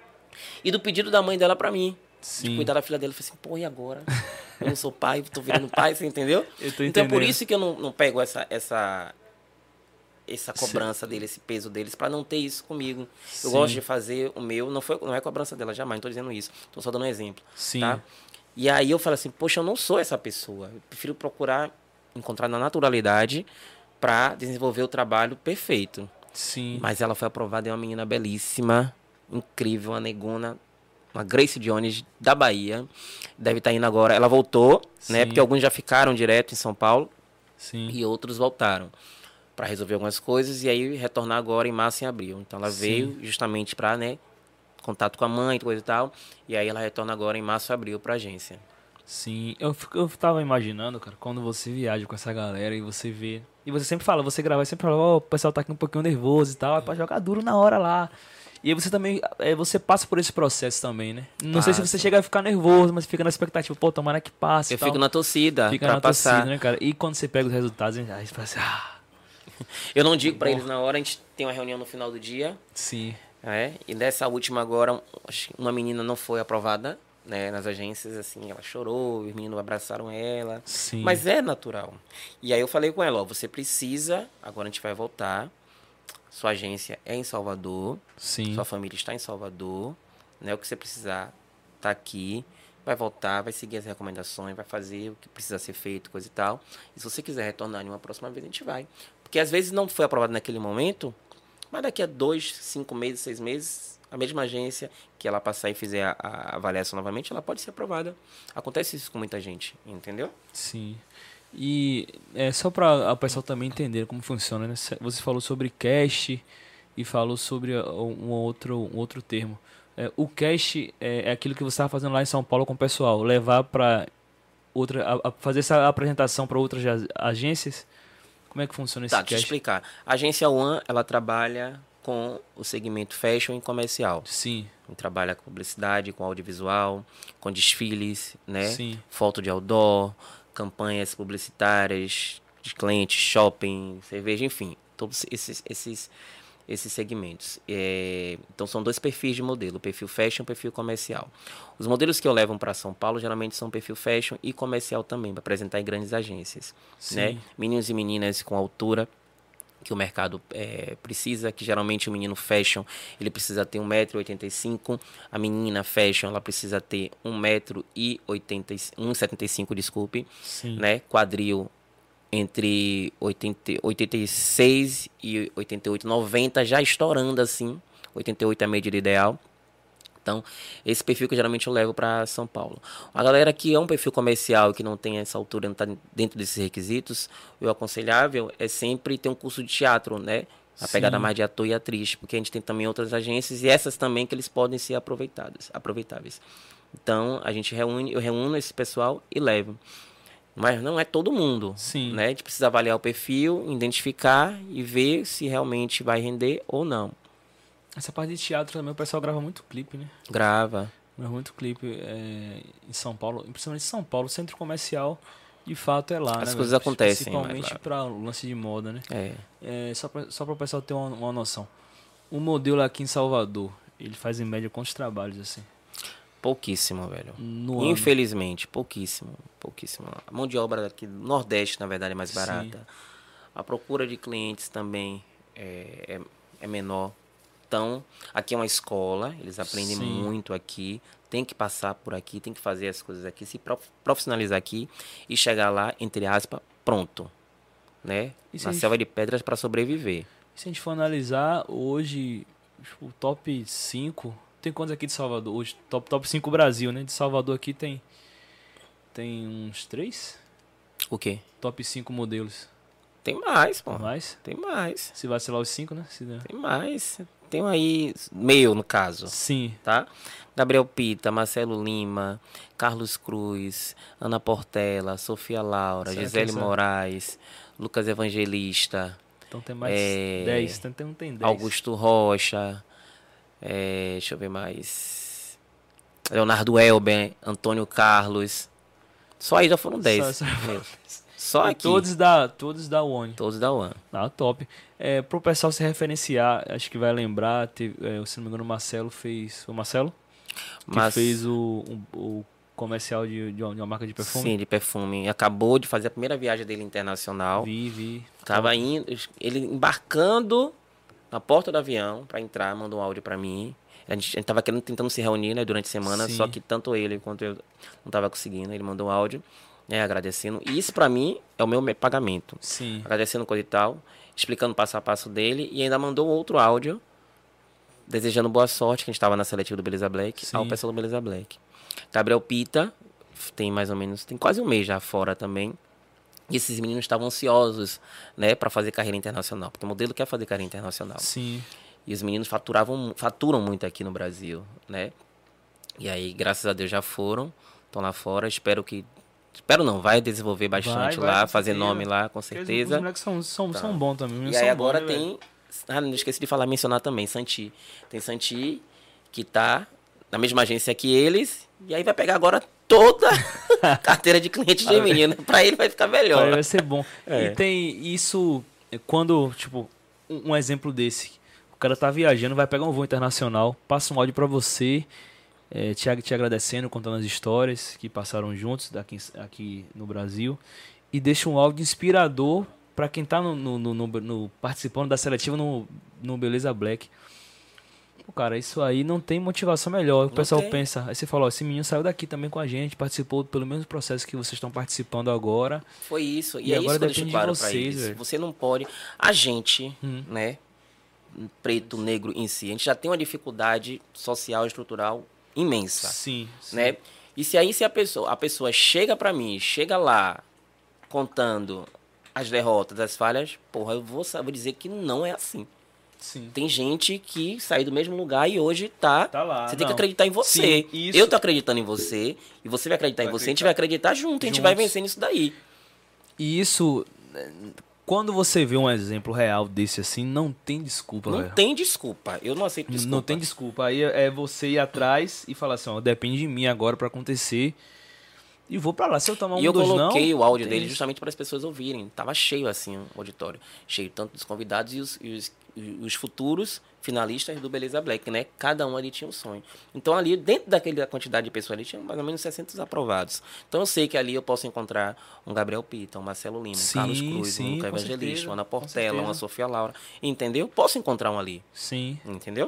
e do pedido da mãe dela pra mim, de Sim, cuidar da filha dela. Eu falei assim, pô, e agora? Eu não sou pai, tô virando pai, você entendeu? eu tô Então é por entendendo. isso que eu não, não pego essa, essa, essa Cê- cobrança deles, esse peso deles, pra não ter isso comigo. Eu Sim, gosto de fazer o meu, não, foi, não é cobrança dela, jamais, não tô dizendo isso, tô só dando um exemplo, sim, tá? E aí eu falo assim, poxa, eu não sou essa pessoa, eu prefiro procurar encontrar na naturalidade pra desenvolver o trabalho perfeito. sim, Mas ela foi aprovada, é uma menina belíssima, incrível, uma negona, uma Grace Jones da Bahia. Deve estar indo agora. Ela voltou, né? Porque sim, alguns já ficaram direto em São Paulo sim, e outros voltaram para resolver algumas coisas e aí retornar agora em março e abril. Então ela sim, veio justamente para, né, contato com a mãe, coisa e tal. E aí ela retorna agora em março e abril para agência. sim. Eu, fico- eu tava imaginando, cara, quando você viaja com essa galera e você vê. E você sempre fala, você grava e sempre fala, ó, o pessoal tá aqui um pouquinho nervoso e tal, é pra jogar duro na hora lá. E aí você também, é, você passa por esse processo também, né? Não sei se você Passa. chega a ficar nervoso, mas fica na expectativa, pô, tomara que passe e Eu tal. fico na torcida Fica para na torcida, passar. né, cara? E quando você pega os resultados, aí você fala assim, ah, Eu não digo para bom. eles na hora, a gente tem uma reunião no final do dia. Sim, É, e dessa última agora, acho que uma menina não foi aprovada, né, nas agências, assim, ela chorou, os meninos abraçaram ela, sim, mas é natural. E aí eu falei com ela, ó, você precisa, agora a gente vai voltar, sua agência é em Salvador, sim, sua família está em Salvador, né, o que você precisar tá aqui, vai voltar, vai seguir as recomendações, vai fazer o que precisa ser feito, coisa e tal. E se você quiser retornar em uma próxima vez, a gente vai. Porque às vezes não foi aprovado naquele momento, mas daqui a dois, cinco meses, seis meses, a mesma agência que ela passar e fizer a, a avaliação novamente, ela pode ser aprovada. Acontece isso com muita gente, entendeu? sim. E é só para o pessoal também entender como funciona, né? Você falou sobre cash e falou sobre uh, um outro, um outro termo. É, o cash é, é aquilo que você estava fazendo lá em São Paulo com o pessoal, levar para outra, a, a fazer essa apresentação para outras ag- agências. Como é que funciona esse Tá, deixa eu cash? explicar. A agência One, ela trabalha com o segmento fashion e comercial. Sim, Trabalha com publicidade, com audiovisual, com desfiles, né? sim, Foto de outdoor, campanhas publicitárias de clientes, shopping, cerveja, enfim, todos esses esses esses segmentos. É, então são dois perfis de modelo, o perfil fashion e o perfil comercial. Os modelos que eu levo para São Paulo geralmente são perfil fashion e comercial também, para apresentar em grandes agências, né? sim, Meninos e meninas com altura que o mercado é, precisa, que geralmente o menino fashion ele precisa ter um metro e oitenta e cinco, a menina fashion ela precisa ter um metro e oitenta um e setenta e cinco, desculpe, sim, né? Quadril entre oitenta, oitenta e seis e oitenta e oito, noventa, já estourando assim, oitenta e oito é a medida ideal. Então, esse perfil que geralmente eu levo para São Paulo. A galera que é um perfil comercial e que não tem essa altura, não está dentro desses requisitos, o aconselhável é sempre ter um curso de teatro, né? A pegada sim, mais de ator e atriz, porque a gente tem também outras agências e essas também que eles podem ser aproveitadas, aproveitáveis. Então, a gente reúne, eu reúno esse pessoal e levo. Mas não é todo mundo, sim. né? A gente precisa avaliar o perfil, identificar e ver se realmente vai render ou não. Essa parte de teatro também o pessoal grava muito clipe, né? Grava. Grava muito clipe é, em São Paulo, principalmente em São Paulo, o centro comercial, de fato é lá, As né, coisas velho? acontecem mais Principalmente lá. para o lance de moda, né? É. É, só para só para o pessoal ter uma, uma noção. O modelo aqui em Salvador, ele faz em média quantos trabalhos assim? Pouquíssimo, velho. No ano? Infelizmente, pouquíssimo. Pouquíssimo. A mão de obra aqui do Nordeste, na verdade, é mais Sim. barata. A procura de clientes também é, é, é menor. Então, aqui é uma escola, eles aprendem Sim. muito aqui, tem que passar por aqui, tem que fazer as coisas aqui, se prof- profissionalizar aqui e chegar lá, entre aspas, pronto, né? E se a Na gente, selva de pedras para sobreviver. se a gente for analisar, hoje, tipo, o top cinco tem quantos aqui de Salvador? Hoje, top, top cinco Brasil, né? De Salvador aqui tem, tem uns três O quê? top cinco modelos. Tem mais, pô. Mais? Tem mais. Se vacilar os cinco, né? Se der. Tem mais. Tem um aí, meu, no caso, Sim. tá? Gabriel Pita, Marcelo Lima, Carlos Cruz, Ana Portela, Sofia Laura, Será que Gisele essa- Moraes, Lucas Evangelista, Então tem mais É, dez. Tem, tem, tem dez. Augusto Rocha, é, deixa eu ver mais. Leonardo Elber, Antônio Carlos. Só aí já foram dez. Só- só- Meu. Só E aqui. todos da, todos da One. Todos da UAN. Ah, top. É, pro pessoal se referenciar, acho que vai lembrar, teve, é, se não me engano, o Marcelo fez. Foi o Marcelo? Que Mas, fez o, o, o comercial de, de, uma, de uma marca de perfume? sim, de perfume. Acabou de fazer a primeira viagem dele internacional. Vi, vi. Tava indo, ele embarcando na porta do avião para entrar, mandou um áudio para mim. A gente, a gente tava querendo, tentando se reunir, né, durante a semana, Sim. só que tanto ele quanto eu não tava conseguindo. Ele mandou um áudio, né, agradecendo. E isso para mim é o meu me- pagamento. Sim. Agradecendo coisa e tal, explicando o passo a passo dele e ainda mandou outro áudio desejando boa sorte, que a gente estava na seletiva do Beleza Black, Sim. ao pessoal do Beleza Black. Gabriel Pita tem mais ou menos, tem quase um mês já fora também. E esses meninos estavam ansiosos, né, para fazer carreira internacional, porque o modelo quer fazer carreira internacional. Sim. E os meninos faturavam, faturam muito aqui no Brasil, né? E aí, graças a Deus, já foram, estão lá fora. Espero que, espero não, vai desenvolver bastante Vai, vai, lá, com fazer certeza. nome lá, com Porque Os, certeza. os moleques são, são, Tá. são bons também. os E meninos aí são agora bons, né, tem. velho? Ah, não esqueci de falar, mencionar também, Santi. Tem Santi, que tá na mesma agência que eles. E aí vai pegar agora toda a carteira de clientes de menino. Pra ele vai ficar melhor. Aí vai ser bom. É. E tem isso, é, quando, tipo, um, um exemplo desse. O cara tá viajando, vai pegar um voo internacional, passa um áudio pra você, é, te, ag- te agradecendo, contando as histórias que passaram juntos daqui, aqui no Brasil. E deixa um áudio inspirador pra quem tá no, no, no- no- no- participando da seletiva no, no Beleza Black. Pô, cara, isso aí não tem motivação melhor. O Não pessoal tem. pensa, aí você fala, ó, esse menino saiu daqui também com a gente, participou pelo mesmo processo que vocês estão participando agora. Foi isso. E, E é agora isso que eu deixo depende de claro pra vocês, eles. velho. Você não pode. A gente, Hum. né? Preto, negro em si, a gente já tem uma dificuldade social e estrutural imensa. Sim, sim. Né? E se aí se a pessoa, a pessoa chega pra mim, chega lá contando as derrotas, as falhas, porra, eu vou, sa- vou dizer que não é assim. Sim. Tem gente que saiu do mesmo lugar e hoje tá. Tá lá, Você tem que não. acreditar em você. Sim, isso- Eu tô acreditando em você e você vai acreditar Vai em você, a gente acreditar. vai acreditar junto, a gente vai Juntos. vencer nisso daí. E isso, eh, quando você vê um exemplo real desse assim, não tem desculpa, Não velho. tem desculpa. Eu não aceito desculpa. Não tem desculpa. Aí é é você ir atrás e falar assim, ó, depende de mim agora pra acontecer. E vou pra lá. Se eu tomar um E eu dos coloquei não, o áudio tem dele isso. justamente para as pessoas ouvirem. Tava cheio assim o auditório. Cheio tanto dos convidados e os, e os, e os futuros finalistas do Beleza Black, né? Cada um ali tinha um sonho. Então ali, dentro daquela quantidade de pessoas ali, tinha mais ou menos sessenta aprovados. Então eu sei que ali eu posso encontrar um Gabriel Pita, um Marcelo Lima, um Sim, Carlos Cruz, sim, um Lucas com Evangelista, certeza, uma Ana com Portela, uma certeza. Sofia Laura. Entendeu? Posso encontrar um ali. Sim. Entendeu?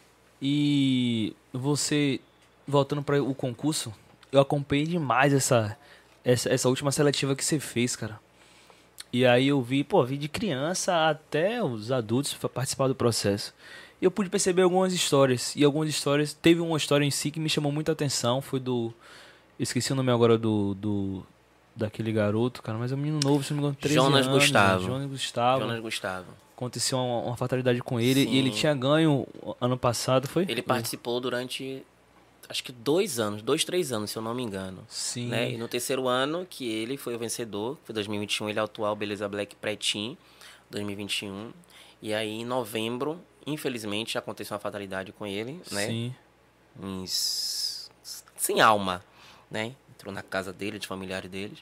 E você, voltando para o concurso, eu acompanhei demais essa, essa, essa última seletiva que você fez, cara. E aí eu vi, pô, vi de criança até os adultos pra participar do processo. E eu pude perceber algumas histórias. E algumas histórias, teve uma história em si que me chamou muita atenção, foi do... Eu esqueci o nome agora do... do daquele garoto, cara, mas é um menino novo, se não me engano, treze Jonas anos. Gustavo. né? Jonas Gustavo. Jonas Gustavo. Aconteceu uma, uma fatalidade com ele e ele Sim. tinha ganho ano passado, foi? Ele participou durante, acho que dois anos, dois, três anos, se eu não me engano. Sim. Né? E no terceiro ano que ele foi o vencedor, foi dois mil e vinte e um, ele é o atual Beleza Black Pretinho, dois mil e vinte e um. E aí em novembro, infelizmente, aconteceu uma fatalidade com ele, né? Sim. Em- sem alma, né? Entrou na casa dele, de familiares deles.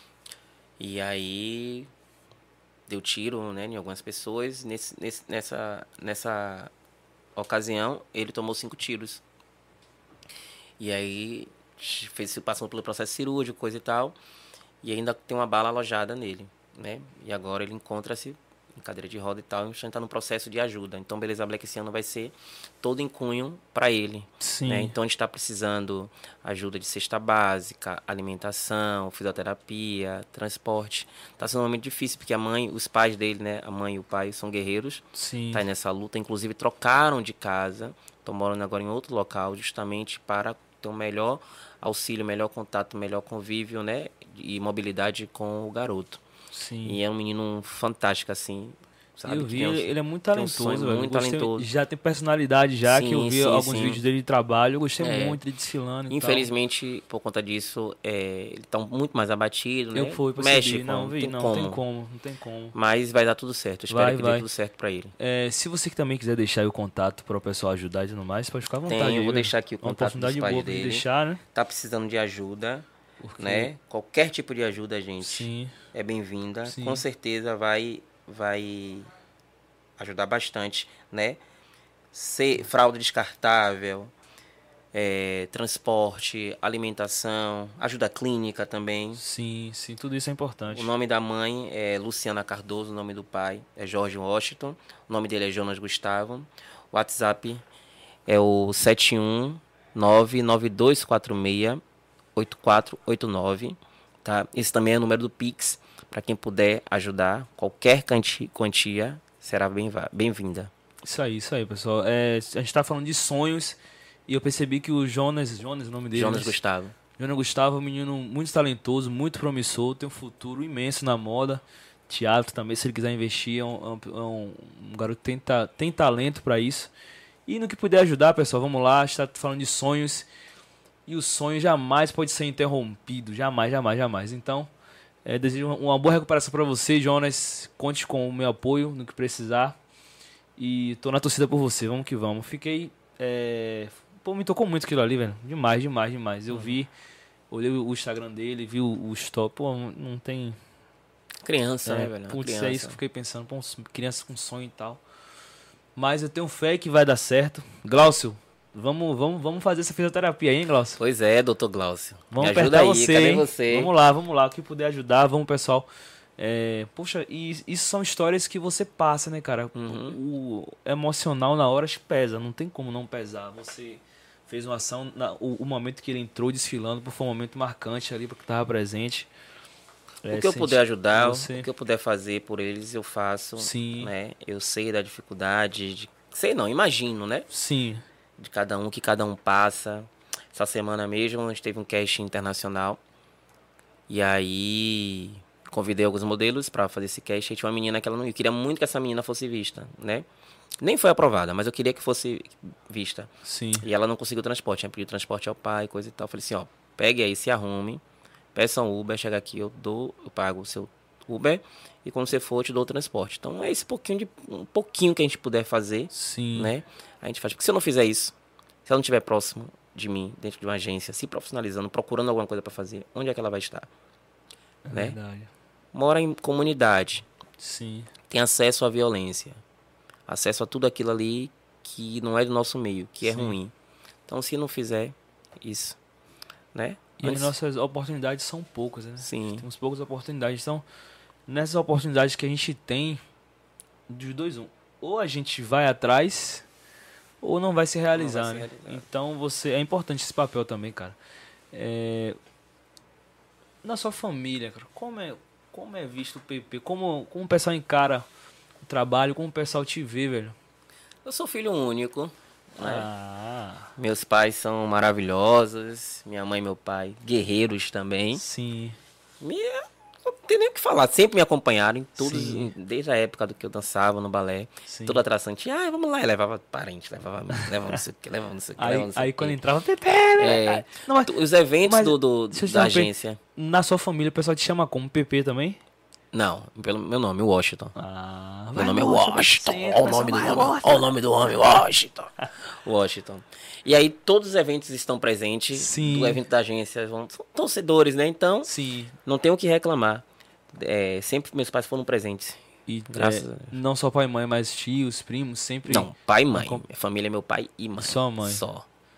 E aí deu tiro, né, em algumas pessoas. Nesse, nesse, nessa, nessa ocasião, ele tomou cinco tiros. E aí fez, passou pelo processo cirúrgico, coisa e tal. E ainda tem uma bala alojada nele, né? E agora ele encontra-se em cadeira de roda e tal, a gente está no processo de ajuda. Então, Beleza Black esse ano vai ser todo em cunho para ele. Sim. Né? Então, a gente está precisando ajuda de cesta básica, alimentação, fisioterapia, transporte. Está sendo um momento difícil, porque a mãe, os pais dele, né? A mãe e o pai são guerreiros. Sim. Tá aí nessa luta. Inclusive, trocaram de casa. Estão morando agora em outro local, justamente para ter um melhor auxílio, melhor contato, melhor convívio, né? E mobilidade com o garoto. Sim. E é um menino fantástico, assim, sabe? Eu Que vi, tem um- ele é muito tem um talentoso, sonho velho. muito Gostei- talentoso. Já tem personalidade já, que eu Sim, vi sim, alguns sim. vídeos dele de trabalho. Eu gostei É. muito, ele desfilando e Infelizmente, por conta disso, é, ele tá muito mais abatido, tal. né? Eu fui, percebi. Mexe, não, com- vi, tem não, como. tem como, não tem como. Mas vai dar tudo certo. Eu espero Vai, que vai. dê tudo certo pra ele. É, se você que também quiser deixar aí o contato para o pessoal ajudar e tudo mais, pode ficar à vontade. Tem, eu aí, vou velho. deixar aqui o Uma contato oportunidade dos pais boa pra dele. deixar, né? Tá precisando de ajuda, Porque- né? Qualquer tipo de ajuda, gente, Sim, é bem-vinda. Sim. Com certeza vai, vai ajudar bastante, né? Ser fralda descartável, é, transporte, alimentação, ajuda clínica também. sim, sim, tudo isso é importante. O nome da mãe é Luciana Cardoso, o nome do pai é Jorge Washington, o nome dele é Jonas Gustavo. O WhatsApp é o sete um nove nove dois quatro seis oito quatro oito nove, tá? Esse também é o número do Pix, para quem puder ajudar, qualquer quanti- quantia será bem-va- bem-vinda. Isso aí, isso aí, pessoal. É, a gente tá falando de sonhos e eu percebi que o Jonas, Jonas, o nome dele, Jonas né? Gustavo. Jonas Gustavo é um menino muito talentoso, muito promissor, tem um futuro imenso na moda, teatro também, se ele quiser investir, é um, é um- é um- um garoto que tem, ta- tem talento para isso. E no que puder ajudar, pessoal, vamos lá, a gente tá falando de sonhos e o sonho jamais pode ser interrompido, jamais, jamais, jamais. Então, é, desejo uma- uma boa recuperação para você, Jonas, conte com o meu apoio no que precisar e tô na torcida por você, vamos que vamos. Fiquei, é... Pô, me tocou muito aquilo ali, velho. Demais, demais, demais. Eu vi, olhei o Instagram dele, vi o, o stop. Pô, não tem. Criança, né, É, velho? Uma putz, criança. é isso que eu fiquei pensando. Pô, criança com sonho e tal. Mas eu tenho fé que vai dar certo. Glaucio, vamos, vamos, vamos fazer essa fisioterapia aí, hein, Glaucio? Pois é, doutor Glaucio. Vamos Me ajuda apertar aí, você, cadê hein? você? Vamos lá, vamos lá. O que puder ajudar, vamos, pessoal. É, poxa, e isso são histórias que você passa, né, cara? Uhum. O emocional na hora acho que pesa, não tem como não pesar. Você fez uma ação, na, o, o momento que ele entrou desfilando, pô, foi um momento marcante ali porque estava presente. É, O que eu senti- puder ajudar, você- o que eu puder fazer por eles, eu faço. Sim. Né? Eu sei da dificuldade, de... sei não, imagino, né? Sim, De cada um, que cada um passa. Essa semana mesmo a gente teve um casting internacional. E aí convidei alguns modelos para fazer esse casting. E tinha uma menina que ela não... Eu queria muito que essa menina fosse vista, né? Nem foi aprovada, mas eu queria que fosse vista. sim, E ela não conseguiu transporte, tinha pedido transporte ao pai, coisa e tal. Eu falei assim, ó, pegue aí, se arrume, peça um Uber, chega aqui, eu dou, eu pago o seu Uber e quando você for eu te dou o transporte. Então é esse pouquinho de um pouquinho que a gente puder fazer, sim. né? A gente faz. Porque se eu não fizer isso, se ela não estiver próximo de mim, dentro de uma agência, se profissionalizando, procurando alguma coisa para fazer, onde é que ela vai estar? É né? verdade. Mora em comunidade, Sim, tem acesso à violência, acesso a tudo aquilo ali que não é do nosso meio, que é Sim. ruim. Então, se não fizer isso, né? e as Antes- nossas oportunidades são poucas, né? Sim, Temos poucas oportunidades. Então, nessas oportunidades que a gente tem, dos dois, um. Ou a gente vai atrás, ou não vai se realizar, Não vai se né? realizar. Então, você é importante esse papel também, cara. É, na sua família, cara, como é, como é visto o P P? Como, como o pessoal encara o trabalho? Como o pessoal te vê, velho? eu sou filho único, né? Ah, Meus pais são maravilhosos, minha mãe e meu pai, guerreiros também. sim, Minha, não tem nem o que falar, sempre me acompanharam em todos, Sim. em- desde a época do que eu dançava no balé. sim. Toda atração tinha, ah, vamos lá, e levava parente, levava amigo, levava não sei o que, levava não sei o que, Aí, levava não sei aí o que. quando entrava, Pepe, né? É, Não, mas tu- os eventos mas do, do- deixa eu te da interromper. agência. na sua família o pessoal te chama como P P também? Não, pelo meu nome, Washington. Ah, Meu vai, nome é Washington, Washington. sempre, Olha o pessoal, nome do vai, homem. Washington. Olha o nome do homem, Washington. Washington. E aí todos os eventos estão presentes. Sim. Do evento da agência. Vão, são torcedores, né? Então, Sim. não tenho o que reclamar. É, sempre meus pais foram presentes. E Graças é, a Deus. não só pai e mãe, mas tios, primos, sempre. Não, pai e mãe. Com- Minha família é meu pai e mãe. Só mãe. Só.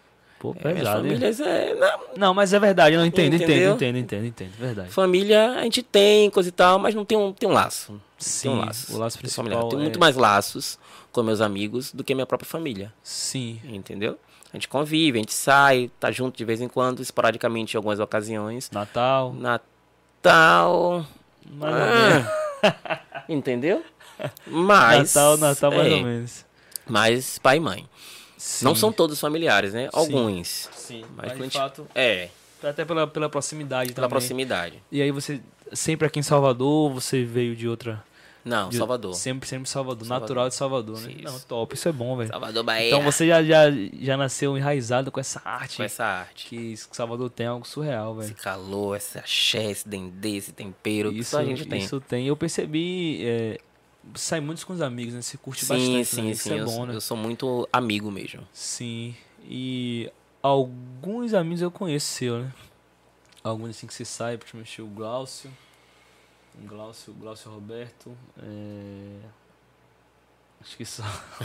Pô, É, minhas pesado. hein? famílias é... Não, Não, mas é verdade, eu não entendo, entendo, Entendeu? entendo, entendo, entendo, verdade. família a gente tem, coisa e tal, mas não tem um, tem um laço. Tem um Sim, laço. o laço Tem familiar. principal Tem muito é... mais laços com meus amigos do que minha própria família. Sim, Entendeu? A gente convive, a gente sai, tá junto de vez em quando, esporadicamente em algumas ocasiões. Natal, Natal. mais ou menos. Ah, entendeu? Mas. Natal, Natal mais é, ou menos. Mas pai e mãe. Sim. Não são todos familiares, né? Sim. Alguns. Sim, Mas, mas quando a de gente- fato, É, até pela, pela proximidade pela também. proximidade. E aí você, sempre aqui em Salvador, você veio de outra... Não, de- Salvador. Sempre, sempre Salvador, Salvador. natural de Salvador, né? Isso. Não, top, isso é bom, velho. Salvador, Bahia. Então você já, já, já nasceu enraizado com essa arte Com essa arte. que Salvador tem, algo surreal, Esse velho. calor, esse axé, esse dendê, esse tempero, que só a gente tem. Isso tem. Eu percebi, é, sai muito com os amigos, né? Você curte Sim, bastante, sim, né? sim. Isso é eu, bom, né? eu sou muito amigo mesmo. Sim. E alguns amigos eu conheço seu, né? Alguns assim que você sai, principalmente o Glaucio. O Glaucio, o Glaucio Roberto. É... Acho que só.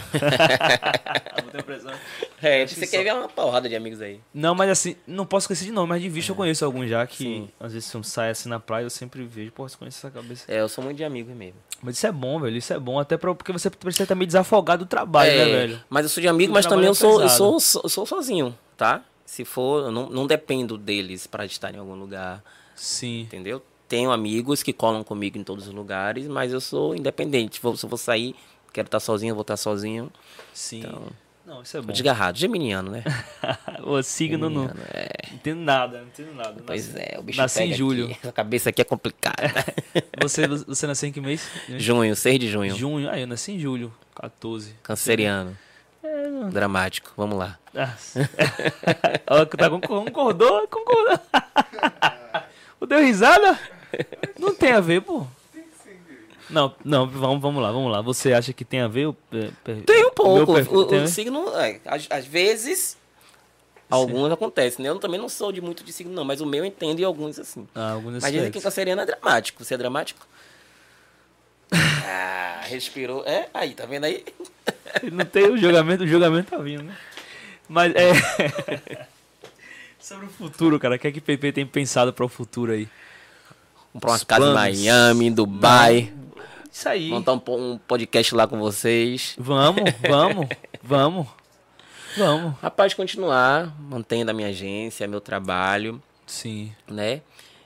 Não tenho pressão. É, Acho que você só- quer ver uma porrada de amigos aí. Não, mas assim, não posso esquecer de nome, mas de vista eu conheço alguns já que Sim. às vezes eu saio assim na praia, eu sempre vejo, pô, você conhece essa cabeça. É, eu sou muito de amigo mesmo. Mas isso é bom, velho, isso é bom, até pra, porque você precisa também desafogar do trabalho, É, né, velho? mas eu sou de amigo, O mas também trabalho eu é sou, eu pesado. sou, eu sou sozinho, tá? Se for, eu não, não dependo deles para estar em algum lugar, Sim, entendeu? Tenho amigos que colam comigo em todos os lugares, mas eu sou independente. Vou- Se eu vou sair, quero estar sozinho, eu vou estar sozinho. sim. Então, Não, isso é bom. Tô desgarrado, geminiano, né? O signo não, Geminiano, é. não entendo nada, não entendo nada. Pois Nasci- é, o bicho Nasci pega em julho. aqui. Essa cabeça aqui é complicada. Você, você nasceu em que mês? Junho, seis de junho. Junho. Ah, eu nasci em julho, quatorze. Canceriano. Dramático, vamos lá. Ah, Ó, tá com- concordou, concordou. O deu risada? Não tem a ver, pô. Não, não, vamos, vamos lá, vamos lá. Você acha que tem a ver? O, per- per- Tem um o pouco. meu perfil O, tem a o ver? signo, é, às, às vezes, alguns acontecem, né? Eu também não sou de muito de signo, não, mas o meu eu entendo e alguns assim. Ah, alguns Mas dizem que aspectos. canceriano é dramático. Você é dramático? Ah, respirou. É, aí, tá vendo aí? Não tem o julgamento, o julgamento tá vindo, né? Mas é. Sobre o futuro, cara, o que é que o P P tem pensado para o futuro aí? Comprar uma Os casa em planos. Miami, em Dubai, Isso aí. montar um, po- um podcast lá com vocês. Vamos, vamos, vamos. Vamos. Rapaz, continuar mantendo a minha agência, meu trabalho, Sim. né?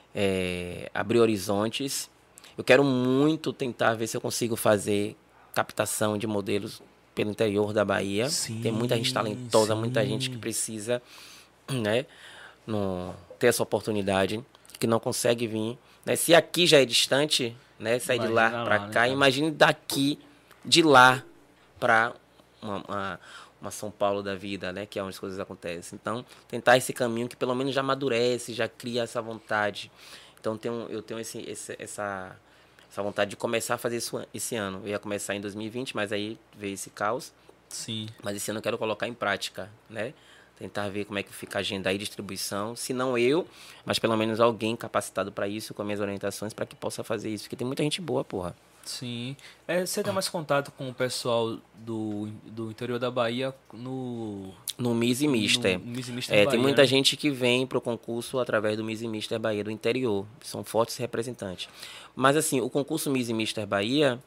É, abrir horizontes. Eu quero muito tentar ver se eu consigo fazer captação de modelos pelo interior da Bahia. Sim, Tem muita gente talentosa, muita sim. gente que precisa, né, no, ter essa oportunidade, que não consegue vir. Né? Se aqui já é distante, né, sair de lá Imagina para lá, né, cá, cara? imagine daqui, de lá para uma, uma, uma São Paulo da vida, né, que é onde as coisas acontecem. Então, tentar esse caminho que pelo menos já amadurece, já cria essa vontade. Então, tenho, eu tenho esse, esse, essa, essa vontade de começar a fazer isso an- esse ano. Eu ia começar em dois mil e vinte, mas aí veio esse caos. Sim. Mas esse ano eu quero colocar em prática, né? Tentar ver como é que fica a agenda aí, distribuição. Se não eu, mas pelo menos alguém capacitado para isso, com as minhas orientações, para que possa fazer isso. Porque tem muita gente boa, porra. Sim. É, você tem mais contato com o pessoal do, do interior da Bahia no. No Miss e Mister. No Miss e Mister É, Bahia, tem muita né? gente que vem pro concurso através do Miss e Mister Bahia, do interior. São fortes representantes. Mas, assim, o concurso Miss e Mister Bahia,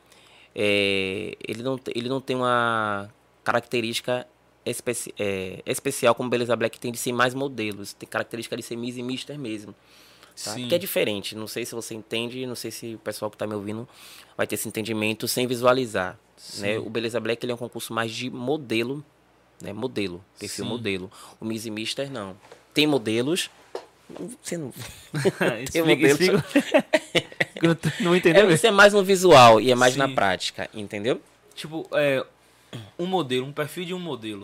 é, ele, não, te- ele não tem uma característica especi é, especial como Beleza Black tem de ser mais modelos. Tem característica de ser Miss e Mister mesmo. Tá? Sim. Que é diferente. Não sei se você entende, não sei se o pessoal que está me ouvindo vai ter esse entendimento sem visualizar. Né? O Beleza Black ele é um concurso mais de modelo, né? Modelo, perfil Sim. modelo. O Miss e Mister não. Tem modelos. Você não. Tem Explica, modelos. explica. Eu tô- Não entendeu? É, isso é mais no visual e é mais na Sim. prática, entendeu? Tipo, é. Um modelo, um perfil de um modelo.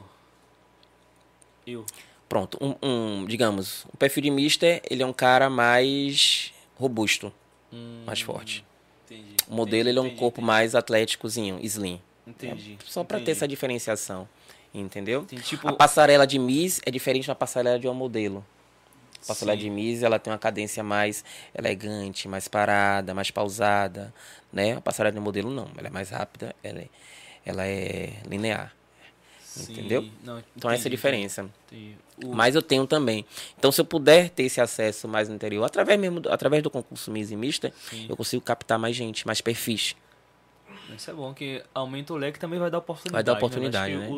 Eu. Pronto, um, um, digamos, o perfil de Mister, ele é um cara mais robusto, Hum, mais forte. Entendi. O modelo, ele é um entendi, corpo mais atléticozinho, slim. Entendi. Só para ter essa diferenciação, entendeu? Entendi. Tipo, A passarela de Miss é diferente da passarela de uma modelo. A passarela sim. de Miss, ela tem uma cadência mais elegante, mais parada, mais pausada, né? A passarela de modelo não, ela é mais rápida, ela é, ela é linear. Sim, entendeu? Não, Então, essa é a diferença. Entendi. O... Mas eu tenho também. Então, se eu puder ter esse acesso mais no interior, através, mesmo, do- através do concurso Miss e Mister, Sim. eu consigo captar mais gente, mais perfis. Isso é bom, que aumenta o leque, também vai dar oportunidade. Vai dar oportunidade, né?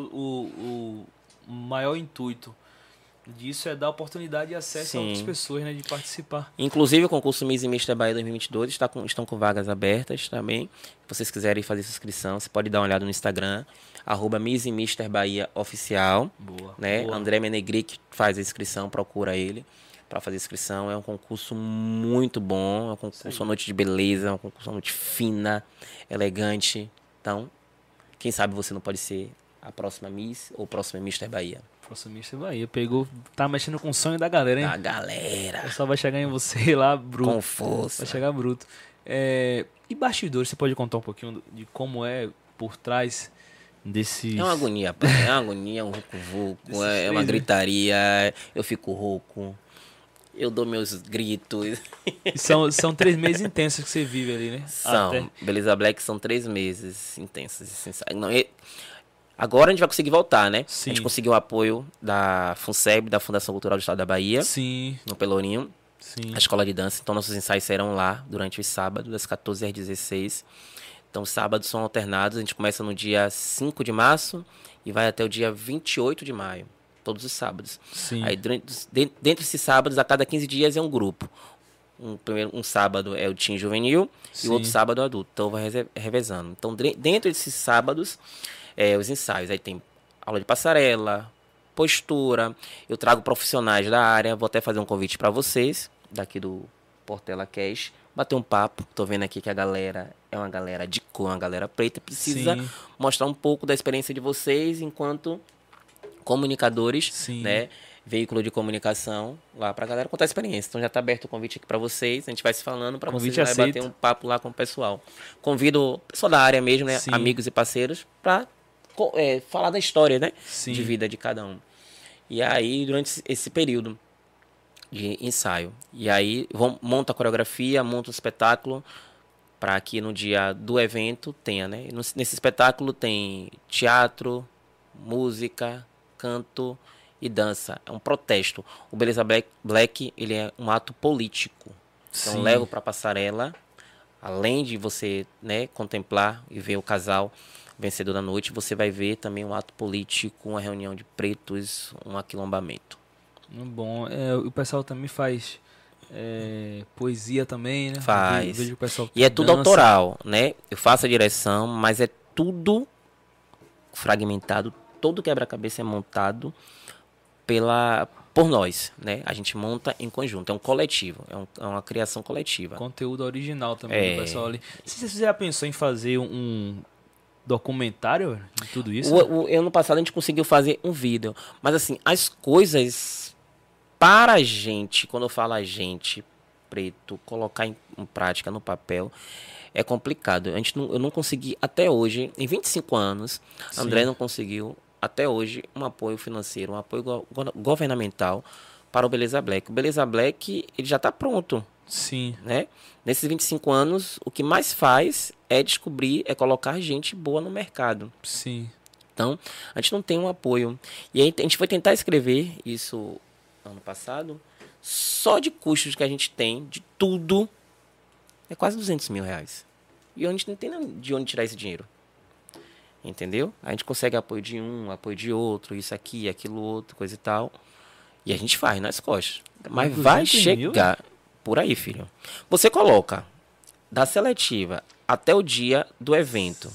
né? O, o, o maior intuito disso é dar oportunidade e acesso Sim. a outras pessoas, né, de participar. Inclusive, o concurso Miss e Mister Bahia dois mil e vinte e dois está com, estão com vagas abertas também. Se vocês quiserem fazer essa inscrição, você pode dar uma olhada no Instagram, arroba Miss e Mister Bahia Oficial. Boa. Né? Boa. André Menegri que faz a inscrição, procura ele para fazer a inscrição. É um concurso muito bom, é um concurso à noite de beleza, é um concurso à noite fina, elegante. Então, quem sabe você não pode ser a próxima Miss ou próxima Mister Bahia. Próximo Mister Bahia. Pegou, tá mexendo com o sonho da galera, hein? Da galera. O pessoal vai chegar em você lá, bruto. Com força. Vai chegar bruto. É... E bastidores, você pode contar um pouquinho de como é por trás desses... É uma agonia, pai. É uma agonia, um rouco-vulco, é, é uma gritaria, eu fico rouco, eu dou meus gritos. E são, são três meses intensos que você vive ali, né? São. Até... Beleza Black são três meses intensos. Não, e... Agora a gente vai conseguir voltar, né? Sim. A gente conseguiu o apoio da FUNSEB, da Fundação Cultural do Estado da Bahia. Sim. No Pelourinho. Sim. A escola de dança. Então nossos ensaios serão lá durante os sábados, das quatorze às dezesseis. Então os sábados são alternados. A gente começa no dia cinco de março e vai até o dia vinte e oito de maio. Todos os sábados. Sim. Aí durante, dentro desses sábados, a cada quinze dias é um grupo. Um, primeiro, um sábado é o Team Juvenil. Sim. E o outro sábado é o adulto. Então vai revezando. Então dentro desses sábados... É, os ensaios, aí tem aula de passarela, postura, eu trago profissionais da área, vou até fazer um convite para vocês, daqui do Portela Cash, bater um papo, tô vendo aqui que a galera é uma galera de cor, uma galera preta, precisa Sim. mostrar um pouco da experiência de vocês enquanto comunicadores, Sim. né, veículo de comunicação, lá pra galera contar a experiência. Então já tá aberto o convite aqui para vocês, a gente vai se falando para vocês vai bater um papo lá com o pessoal. Convido o pessoal da área mesmo, né, Sim. amigos e parceiros, para É, falar da história, né? Sim. De vida de cada um. E aí, durante esse período de ensaio. E aí, vão, monta a coreografia, monta o espetáculo, para que no dia do evento tenha, né? Nesse espetáculo tem teatro, música, canto e dança. É um protesto. O Beleza Black, Black ele é um ato político. Então, Sim. levo para a passarela, além de você, né, contemplar e ver o casal vencedor da noite, você vai ver também um ato político, uma reunião de pretos, um aquilombamento. Bom, é, o pessoal também faz é, poesia também, né? Faz. Vejo o pessoal e é tudo dança. Autoral, né? Eu faço a direção, mas é tudo fragmentado, todo quebra-cabeça é montado pela, por nós, né? A gente monta em conjunto, é um coletivo, é, um, é uma criação coletiva. Conteúdo original também é. do pessoal ali. Se você já pensou em fazer um documentário de tudo isso? O, o, ano passado a gente conseguiu fazer um vídeo. Mas assim, as coisas para a gente, quando eu falo a gente, preto, colocar em, em prática no papel, é complicado. A gente não, eu não consegui até hoje, em vinte e cinco anos, Sim. André não conseguiu até hoje um apoio financeiro, um apoio go, governamental para o Beleza Black. O Beleza Black ele já está pronto. Sim. Né? Nesses vinte e cinco anos, o que mais faz é descobrir, é colocar gente boa no mercado. Sim. Então, a gente não tem um apoio. E aí, a gente foi tentar escrever isso ano passado, só de custos que a gente tem, de tudo, é quase duzentos mil reais. E a gente não tem de onde tirar esse dinheiro. Entendeu? A gente consegue apoio de um, apoio de outro, isso aqui, aquilo outro, coisa e tal. E a gente faz nas costas. Mas vai chegar... Mil? Por aí, filho. Você coloca da seletiva até o dia do evento.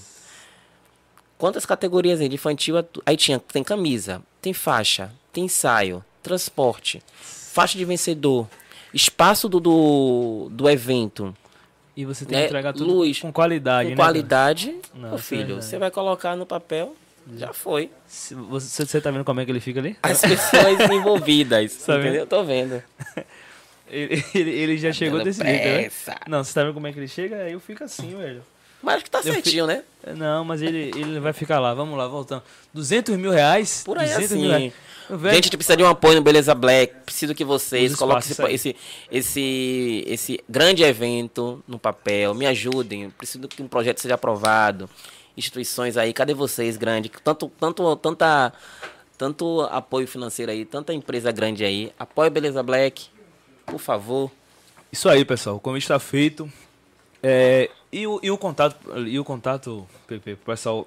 Quantas categorias aí de infantil? Aí tinha, tem camisa, tem faixa, tem ensaio, transporte, faixa de vencedor, espaço do, do, do evento. E você tem que né? entregar tudo Luz, com qualidade, com né? qualidade, Não, meu filho, é você vai colocar no papel, já foi. Você, você tá vendo como é que ele fica ali? As pessoas envolvidas, tá entendeu? Eu tô vendo. Ele, ele, ele já tá chegou desse pressa. jeito, né? Não, você tá vendo como é que ele chega? Aí eu fico assim, velho. Mas acho que tá eu certinho, fi... né? Não, mas ele, ele vai ficar lá. Vamos lá, voltando. duzentos mil reais? Por aí assim. Mil reais. Velho... Gente, a gente precisa de um apoio no Beleza Black. Preciso que vocês coloquem esse, esse, esse, esse grande evento no papel. Me ajudem. Preciso que um projeto seja aprovado. instituições aí, cadê vocês, grande? Tanto, tanto, tanta, tanto apoio financeiro aí, tanta empresa grande aí. Apoie Beleza Black, por favor. Isso aí, pessoal. O convite está feito. É, e, o, e o contato, e o contato, Pepe, pro pessoal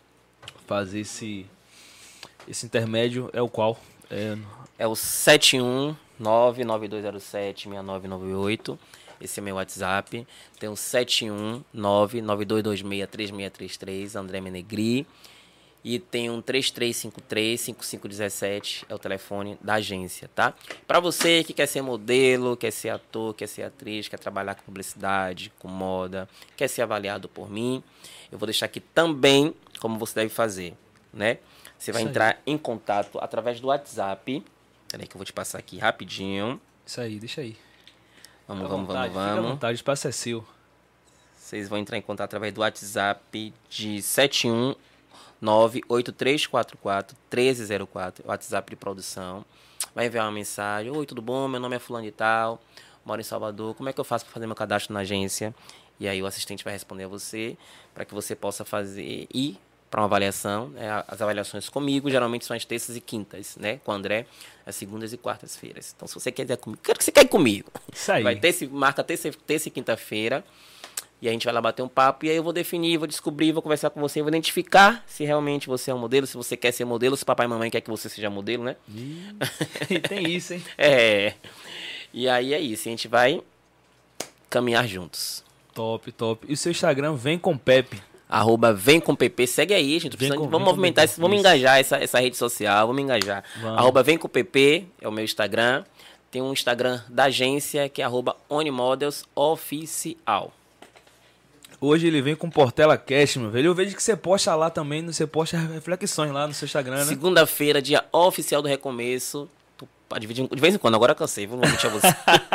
fazer esse, esse intermédio é o qual? É, é o sete um nove nove dois zero sete seis nove nove oito. Esse é meu WhatsApp. Tem o sete um nove nove dois dois seis três seis três três, André Menegri. E tem um três três cinco três cinco cinco um sete, é o telefone da agência, tá? Para você que quer ser modelo, quer ser ator, quer ser atriz, quer trabalhar com publicidade, com moda, quer ser avaliado por mim, eu vou deixar aqui também como você deve fazer, né? Você vai Isso entrar aí. em contato através do WhatsApp. Peraí que eu vou te passar aqui rapidinho. Isso aí, deixa aí. Vamos, Fica à vamos, vontade, vamos, Fica à vamos. vontade, o espaço é seu. Vocês vão entrar em contato através do WhatsApp de sete um nove oito três quatro quatro um três zero quatro, WhatsApp de produção. Vai enviar uma mensagem: oi, tudo bom? Meu nome é fulano de tal, moro em Salvador, como é que eu faço para fazer meu cadastro na agência? E aí o assistente vai responder a você para que você possa fazer e para uma avaliação, né? As avaliações comigo geralmente são as terças e quintas, né? Com o André, as segundas e quartas-feiras. Então, se você quiser comigo, quero que você quer ir comigo. Isso aí. Vai ter esse, marca terça, terça e quinta-feira. E a gente vai lá bater um papo e aí eu vou definir, vou descobrir, vou conversar com você, vou identificar se realmente você é um modelo, se você quer ser modelo, se papai e mamãe quer que você seja modelo, né? E tem isso, hein? É. E aí é isso, a gente vai caminhar juntos. Top, top. E o seu Instagram vem com Pepe. Arroba vem com P P, segue aí, gente. Vem Precisando, com- vamos vem com movimentar, P P. isso, vamos Isso. engajar essa, essa rede social, vamos engajar. Vamos. Arroba vem com P P é o meu Instagram. Tem um Instagram da agência que é arroba Onimodels Oficial. Hoje ele vem com Portela Cash, meu velho. Eu vejo que você posta lá também, você posta reflexões lá no seu Instagram, né? Segunda-feira, dia oficial do recomeço. Tu pode dividir de vez em quando, agora eu cansei, vou mentir a você.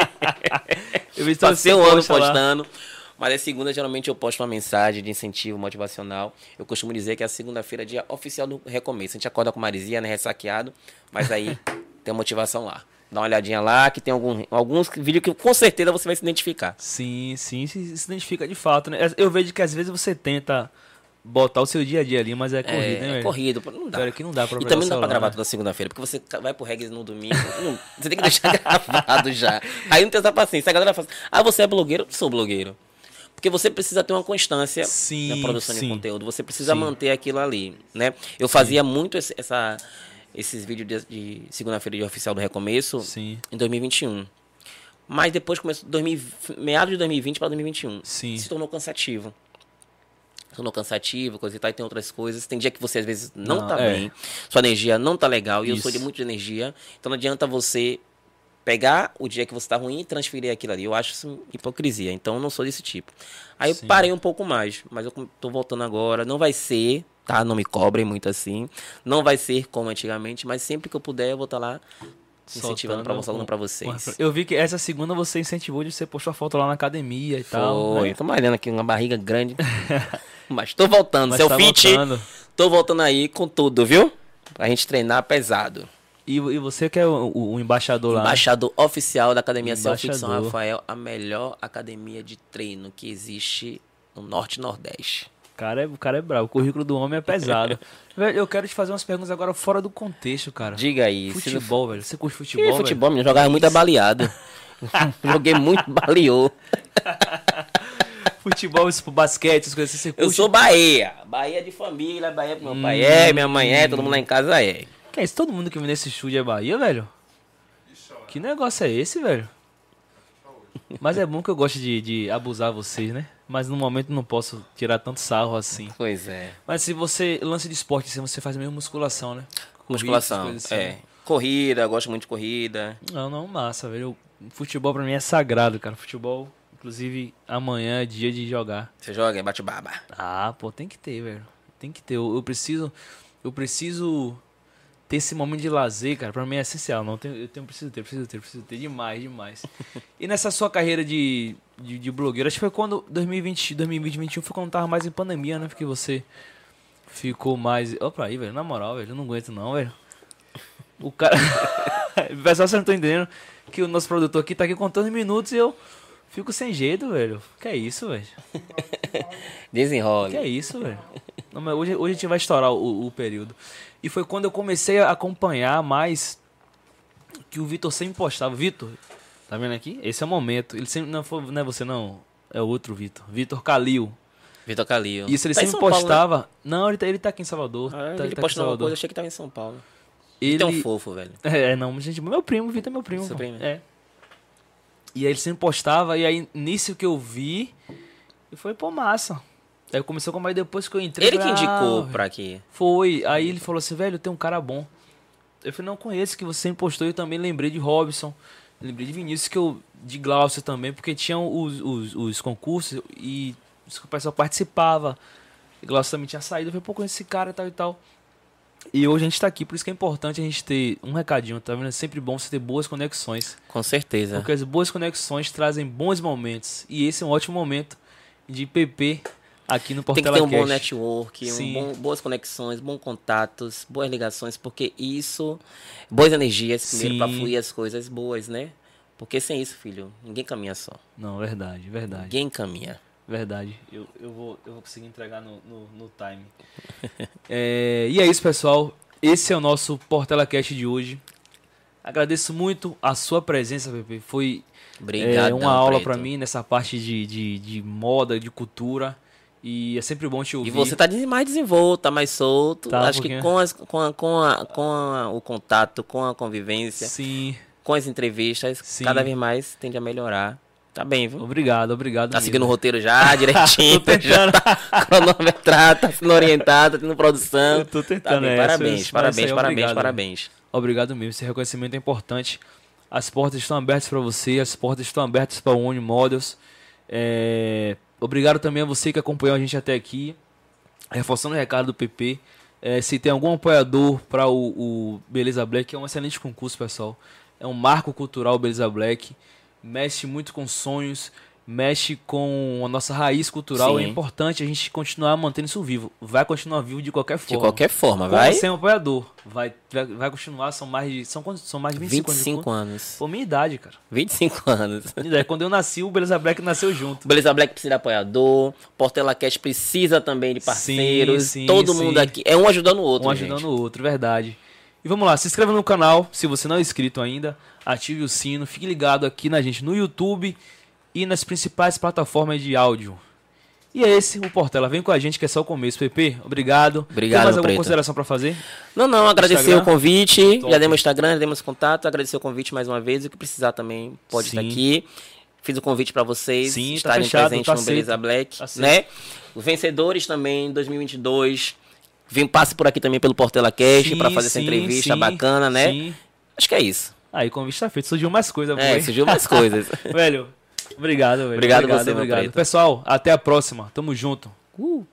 Eu vi que Passei você um ano posta lá. postando. Mas é segunda, geralmente eu posto uma mensagem de incentivo motivacional. Eu costumo dizer que é a segunda-feira, dia oficial do recomeço. A gente acorda com maresia, né? Ressaqueado. Mas aí tem motivação lá. Dá uma olhadinha lá, que tem algum, alguns vídeos que com certeza você vai se identificar. Sim, sim, se, se identifica de fato, né? Eu vejo que às vezes você tenta botar o seu dia a dia ali, mas é corrido, É, né, velho? é corrido, não dá. Cara, que não dá pra E pegar também o não dá pra celular, gravar né? toda segunda-feira, porque você vai pro reggae no domingo, não- você tem que deixar gravado já. Aí não tem essa paciência. A galera fala assim, ah, você é blogueiro? Eu sou blogueiro. Porque você precisa ter uma constância Sim, na produção sim. de conteúdo. Você precisa Sim. manter aquilo ali, né? Eu fazia muito esse- essa, esses vídeos de, de segunda-feira de oficial do recomeço Sim, em dois mil e vinte e um. Mas depois começou, dois mil, meados de dois mil e vinte para dois mil e vinte e um. Sim. Se tornou cansativo. Se tornou cansativo, coisa e tal, e tem outras coisas. Tem dia que você às vezes não, Não, tá é. bem, sua energia não tá legal, e eu Isso. sou de muito de energia, então não adianta você pegar o dia que você tá ruim e transferir aquilo ali. Eu acho isso hipocrisia, então eu não sou desse tipo. Aí Sim. eu parei um pouco mais, mas eu tô voltando agora. Não vai ser, tá? Não me cobrem muito assim. Não vai ser como antigamente, mas sempre que eu puder eu vou estar lá incentivando, pra, Soltando falando um- pra um- vocês. Eu vi que essa segunda você incentivou de você postou a foto lá na academia e tal. Foi, né? tô malhando aqui uma barriga grande. Mas tô voltando, Mas seu tá fit. voltando. Tô voltando aí com tudo, viu? Pra gente treinar pesado. E, e você que é o, o- o embaixador lá. né? Embaixador oficial da Academia Selfie de São Embaixador. Rafael, a melhor academia de treino que existe no Norte e Nordeste. O cara é, o cara é bravo. O currículo do homem é pesado. Velho, eu quero te fazer umas perguntas agora fora do contexto, cara. Diga aí. se não Futebol, velho. Você curte for- futebol, Ih, velho? futebol, menino, jogava muito abaleado. Joguei muito baleou. Futebol, isso, basquete, essas coisas assim, você curte? Eu sou Bahia. Bahia de família, Bahia pro meu pai é, minha mãe é, todo mundo lá em casa é. Que é isso? Todo mundo que vem nesse estúdio é Bahia, velho? Que negócio é esse, velho? Mas é bom que eu gosto de, de abusar vocês, né? Mas no momento não posso tirar tanto sarro assim. Pois é. Mas se você, lance de esporte, assim, você faz mesmo musculação, né? Corrida, Musculação, essas coisas assim, é. né? Corrida, gosto muito de corrida. Não, não, massa, velho. O futebol pra mim é sagrado, cara. Futebol, inclusive, amanhã é dia de jogar. Você joga, é bate baba. Ah, pô, tem que ter, velho. Tem que ter. Eu, eu preciso. Eu preciso ter esse momento de lazer, cara. Pra mim é essencial. Não tenho, eu tenho, preciso ter, preciso ter, preciso ter demais, demais. E nessa sua carreira de, de, de blogueiro, acho que foi quando dois mil e vinte, dois mil e vinte, dois mil e vinte e um foi quando tava mais em pandemia, né? Porque você ficou mais. Opa aí, velho. Na moral, velho. Eu não aguento, não, velho. O cara. Pessoal, vocês não estão entendendo que o nosso produtor aqui tá aqui contando os minutos e eu fico sem jeito, velho. Que é isso, velho? Desenrola. Que é isso, velho? Não, mas hoje, hoje a gente vai estourar o, o período. E foi quando eu comecei a acompanhar mais que o Vitor sempre postava. Vitor, tá vendo aqui? Esse é o momento. Ele sempre, não, foi, não é você não, é o outro Vitor. Vitor Calil. Vitor Calil. Isso, ele tá sempre Paulo, postava. Né? Não, ele tá, ele tá aqui em Salvador. Ah, tá, ele tá postou uma coisa, eu achei que tava em São Paulo. Ele é um fofo, velho. É, não, gente, meu primo, o Vitor é meu primo. Seu primo? É. E aí ele sempre postava, e aí nisso que eu vi, eu falei, pô, massa. Aí eu comecei a comprar, depois que eu entrei... Ele falei, que indicou ah, pra aqui. Foi, aí ele falou assim, velho, tem um cara bom. Eu falei, não conheço, que você sempre postou, eu também lembrei de Robson, lembrei de Vinícius, que eu, de Glaucio também, porque tinham os, os, os concursos e o pessoal participava. E Glaucio também tinha saído, eu falei, pô, conheço esse cara e tal e tal. E hoje a gente tá aqui, por isso que é importante a gente ter um recadinho, tá vendo? É sempre bom você ter boas conexões. Com certeza. Porque as boas conexões trazem bons momentos. E esse é um ótimo momento de P P aqui no Portela Tem que ter um Cast. bom network, um bom, boas conexões, bons contatos, boas ligações, porque isso, boas energias primeiro para fluir as coisas boas, né? Porque sem isso, filho, ninguém caminha só. Não, verdade, verdade. Ninguém caminha. Verdade. Eu, eu, vou, eu vou conseguir entregar no, no, no time. é, e é isso, pessoal. Esse é o nosso Portela Cast de hoje. Agradeço muito a sua presença, Pepe. Foi é, uma aula para mim nessa parte de, de, de moda, de cultura. E é sempre bom te ouvir. E você tá mais desenvolto, tá mais solto. Tá, Acho que com, as, com, a, com, a, com a, o contato, com a convivência, Sim. com as entrevistas, Sim. cada vez mais tende a melhorar. Tá bem, viu? Obrigado, obrigado. Tá mesmo. Seguindo o roteiro já, direitinho. Tô tentando. Tá cronometrado, tá sendo orientado, tá tendo produção. Eu tô tentando, tá é, Parabéns, isso, parabéns, aí, parabéns, obrigado, parabéns. Obrigado mesmo, esse reconhecimento é importante. As portas estão abertas para você, as portas estão abertas para o Oni Models. É... Obrigado também a você que acompanhou a gente até aqui. Reforçando o recado do P P. É, se tem algum apoiador para o, o Beleza Black, é um excelente concurso, pessoal. É um marco cultural Beleza Black. Mexe muito com sonhos, mexe com a nossa raiz cultural. Sim. É importante a gente continuar mantendo isso vivo. Vai continuar vivo de qualquer forma. De qualquer forma, vai. Sem um apoiador. Vai, vai, vai continuar, são mais de. São, são mais de vinte e cinco, vinte e cinco anos. Pô, minha idade, cara. vinte e cinco anos. Quando eu nasci, o Beleza Black nasceu junto. O Beleza Black precisa de apoiador. Portela Cast precisa também de parceiros. Sim, sim, Todo sim. mundo aqui. É um ajudando o outro. Um gente. ajudando o outro, verdade. E vamos lá, se inscreva no canal, se você não é inscrito ainda, ative o sino, fique ligado aqui na gente no YouTube e nas principais plataformas de áudio. E é esse o Portela, vem com a gente que é só o começo, P P, obrigado. Obrigado, Tem mais alguma Preto. consideração para fazer? Não, não, agradecer Instagram? o convite, Top. Já demos Instagram, já demos contato, agradecer o convite mais uma vez, o que precisar também pode Sim. estar aqui. Fiz o convite para vocês Sim, estarem tá fechado, presentes tá no Beleza Black, tá né? Os vencedores também em dois mil e vinte e dois... Vem, passe por aqui também pelo Portela Cast para fazer sim, essa entrevista sim, bacana, né? Sim. Acho que é isso. Aí, o convite tá feito. Surgiu mais coisa. É, aí. surgiu mais coisas. Velho, obrigado, velho. Obrigado, obrigado você, obrigado. Pessoal, até a próxima. Tamo junto. Uh.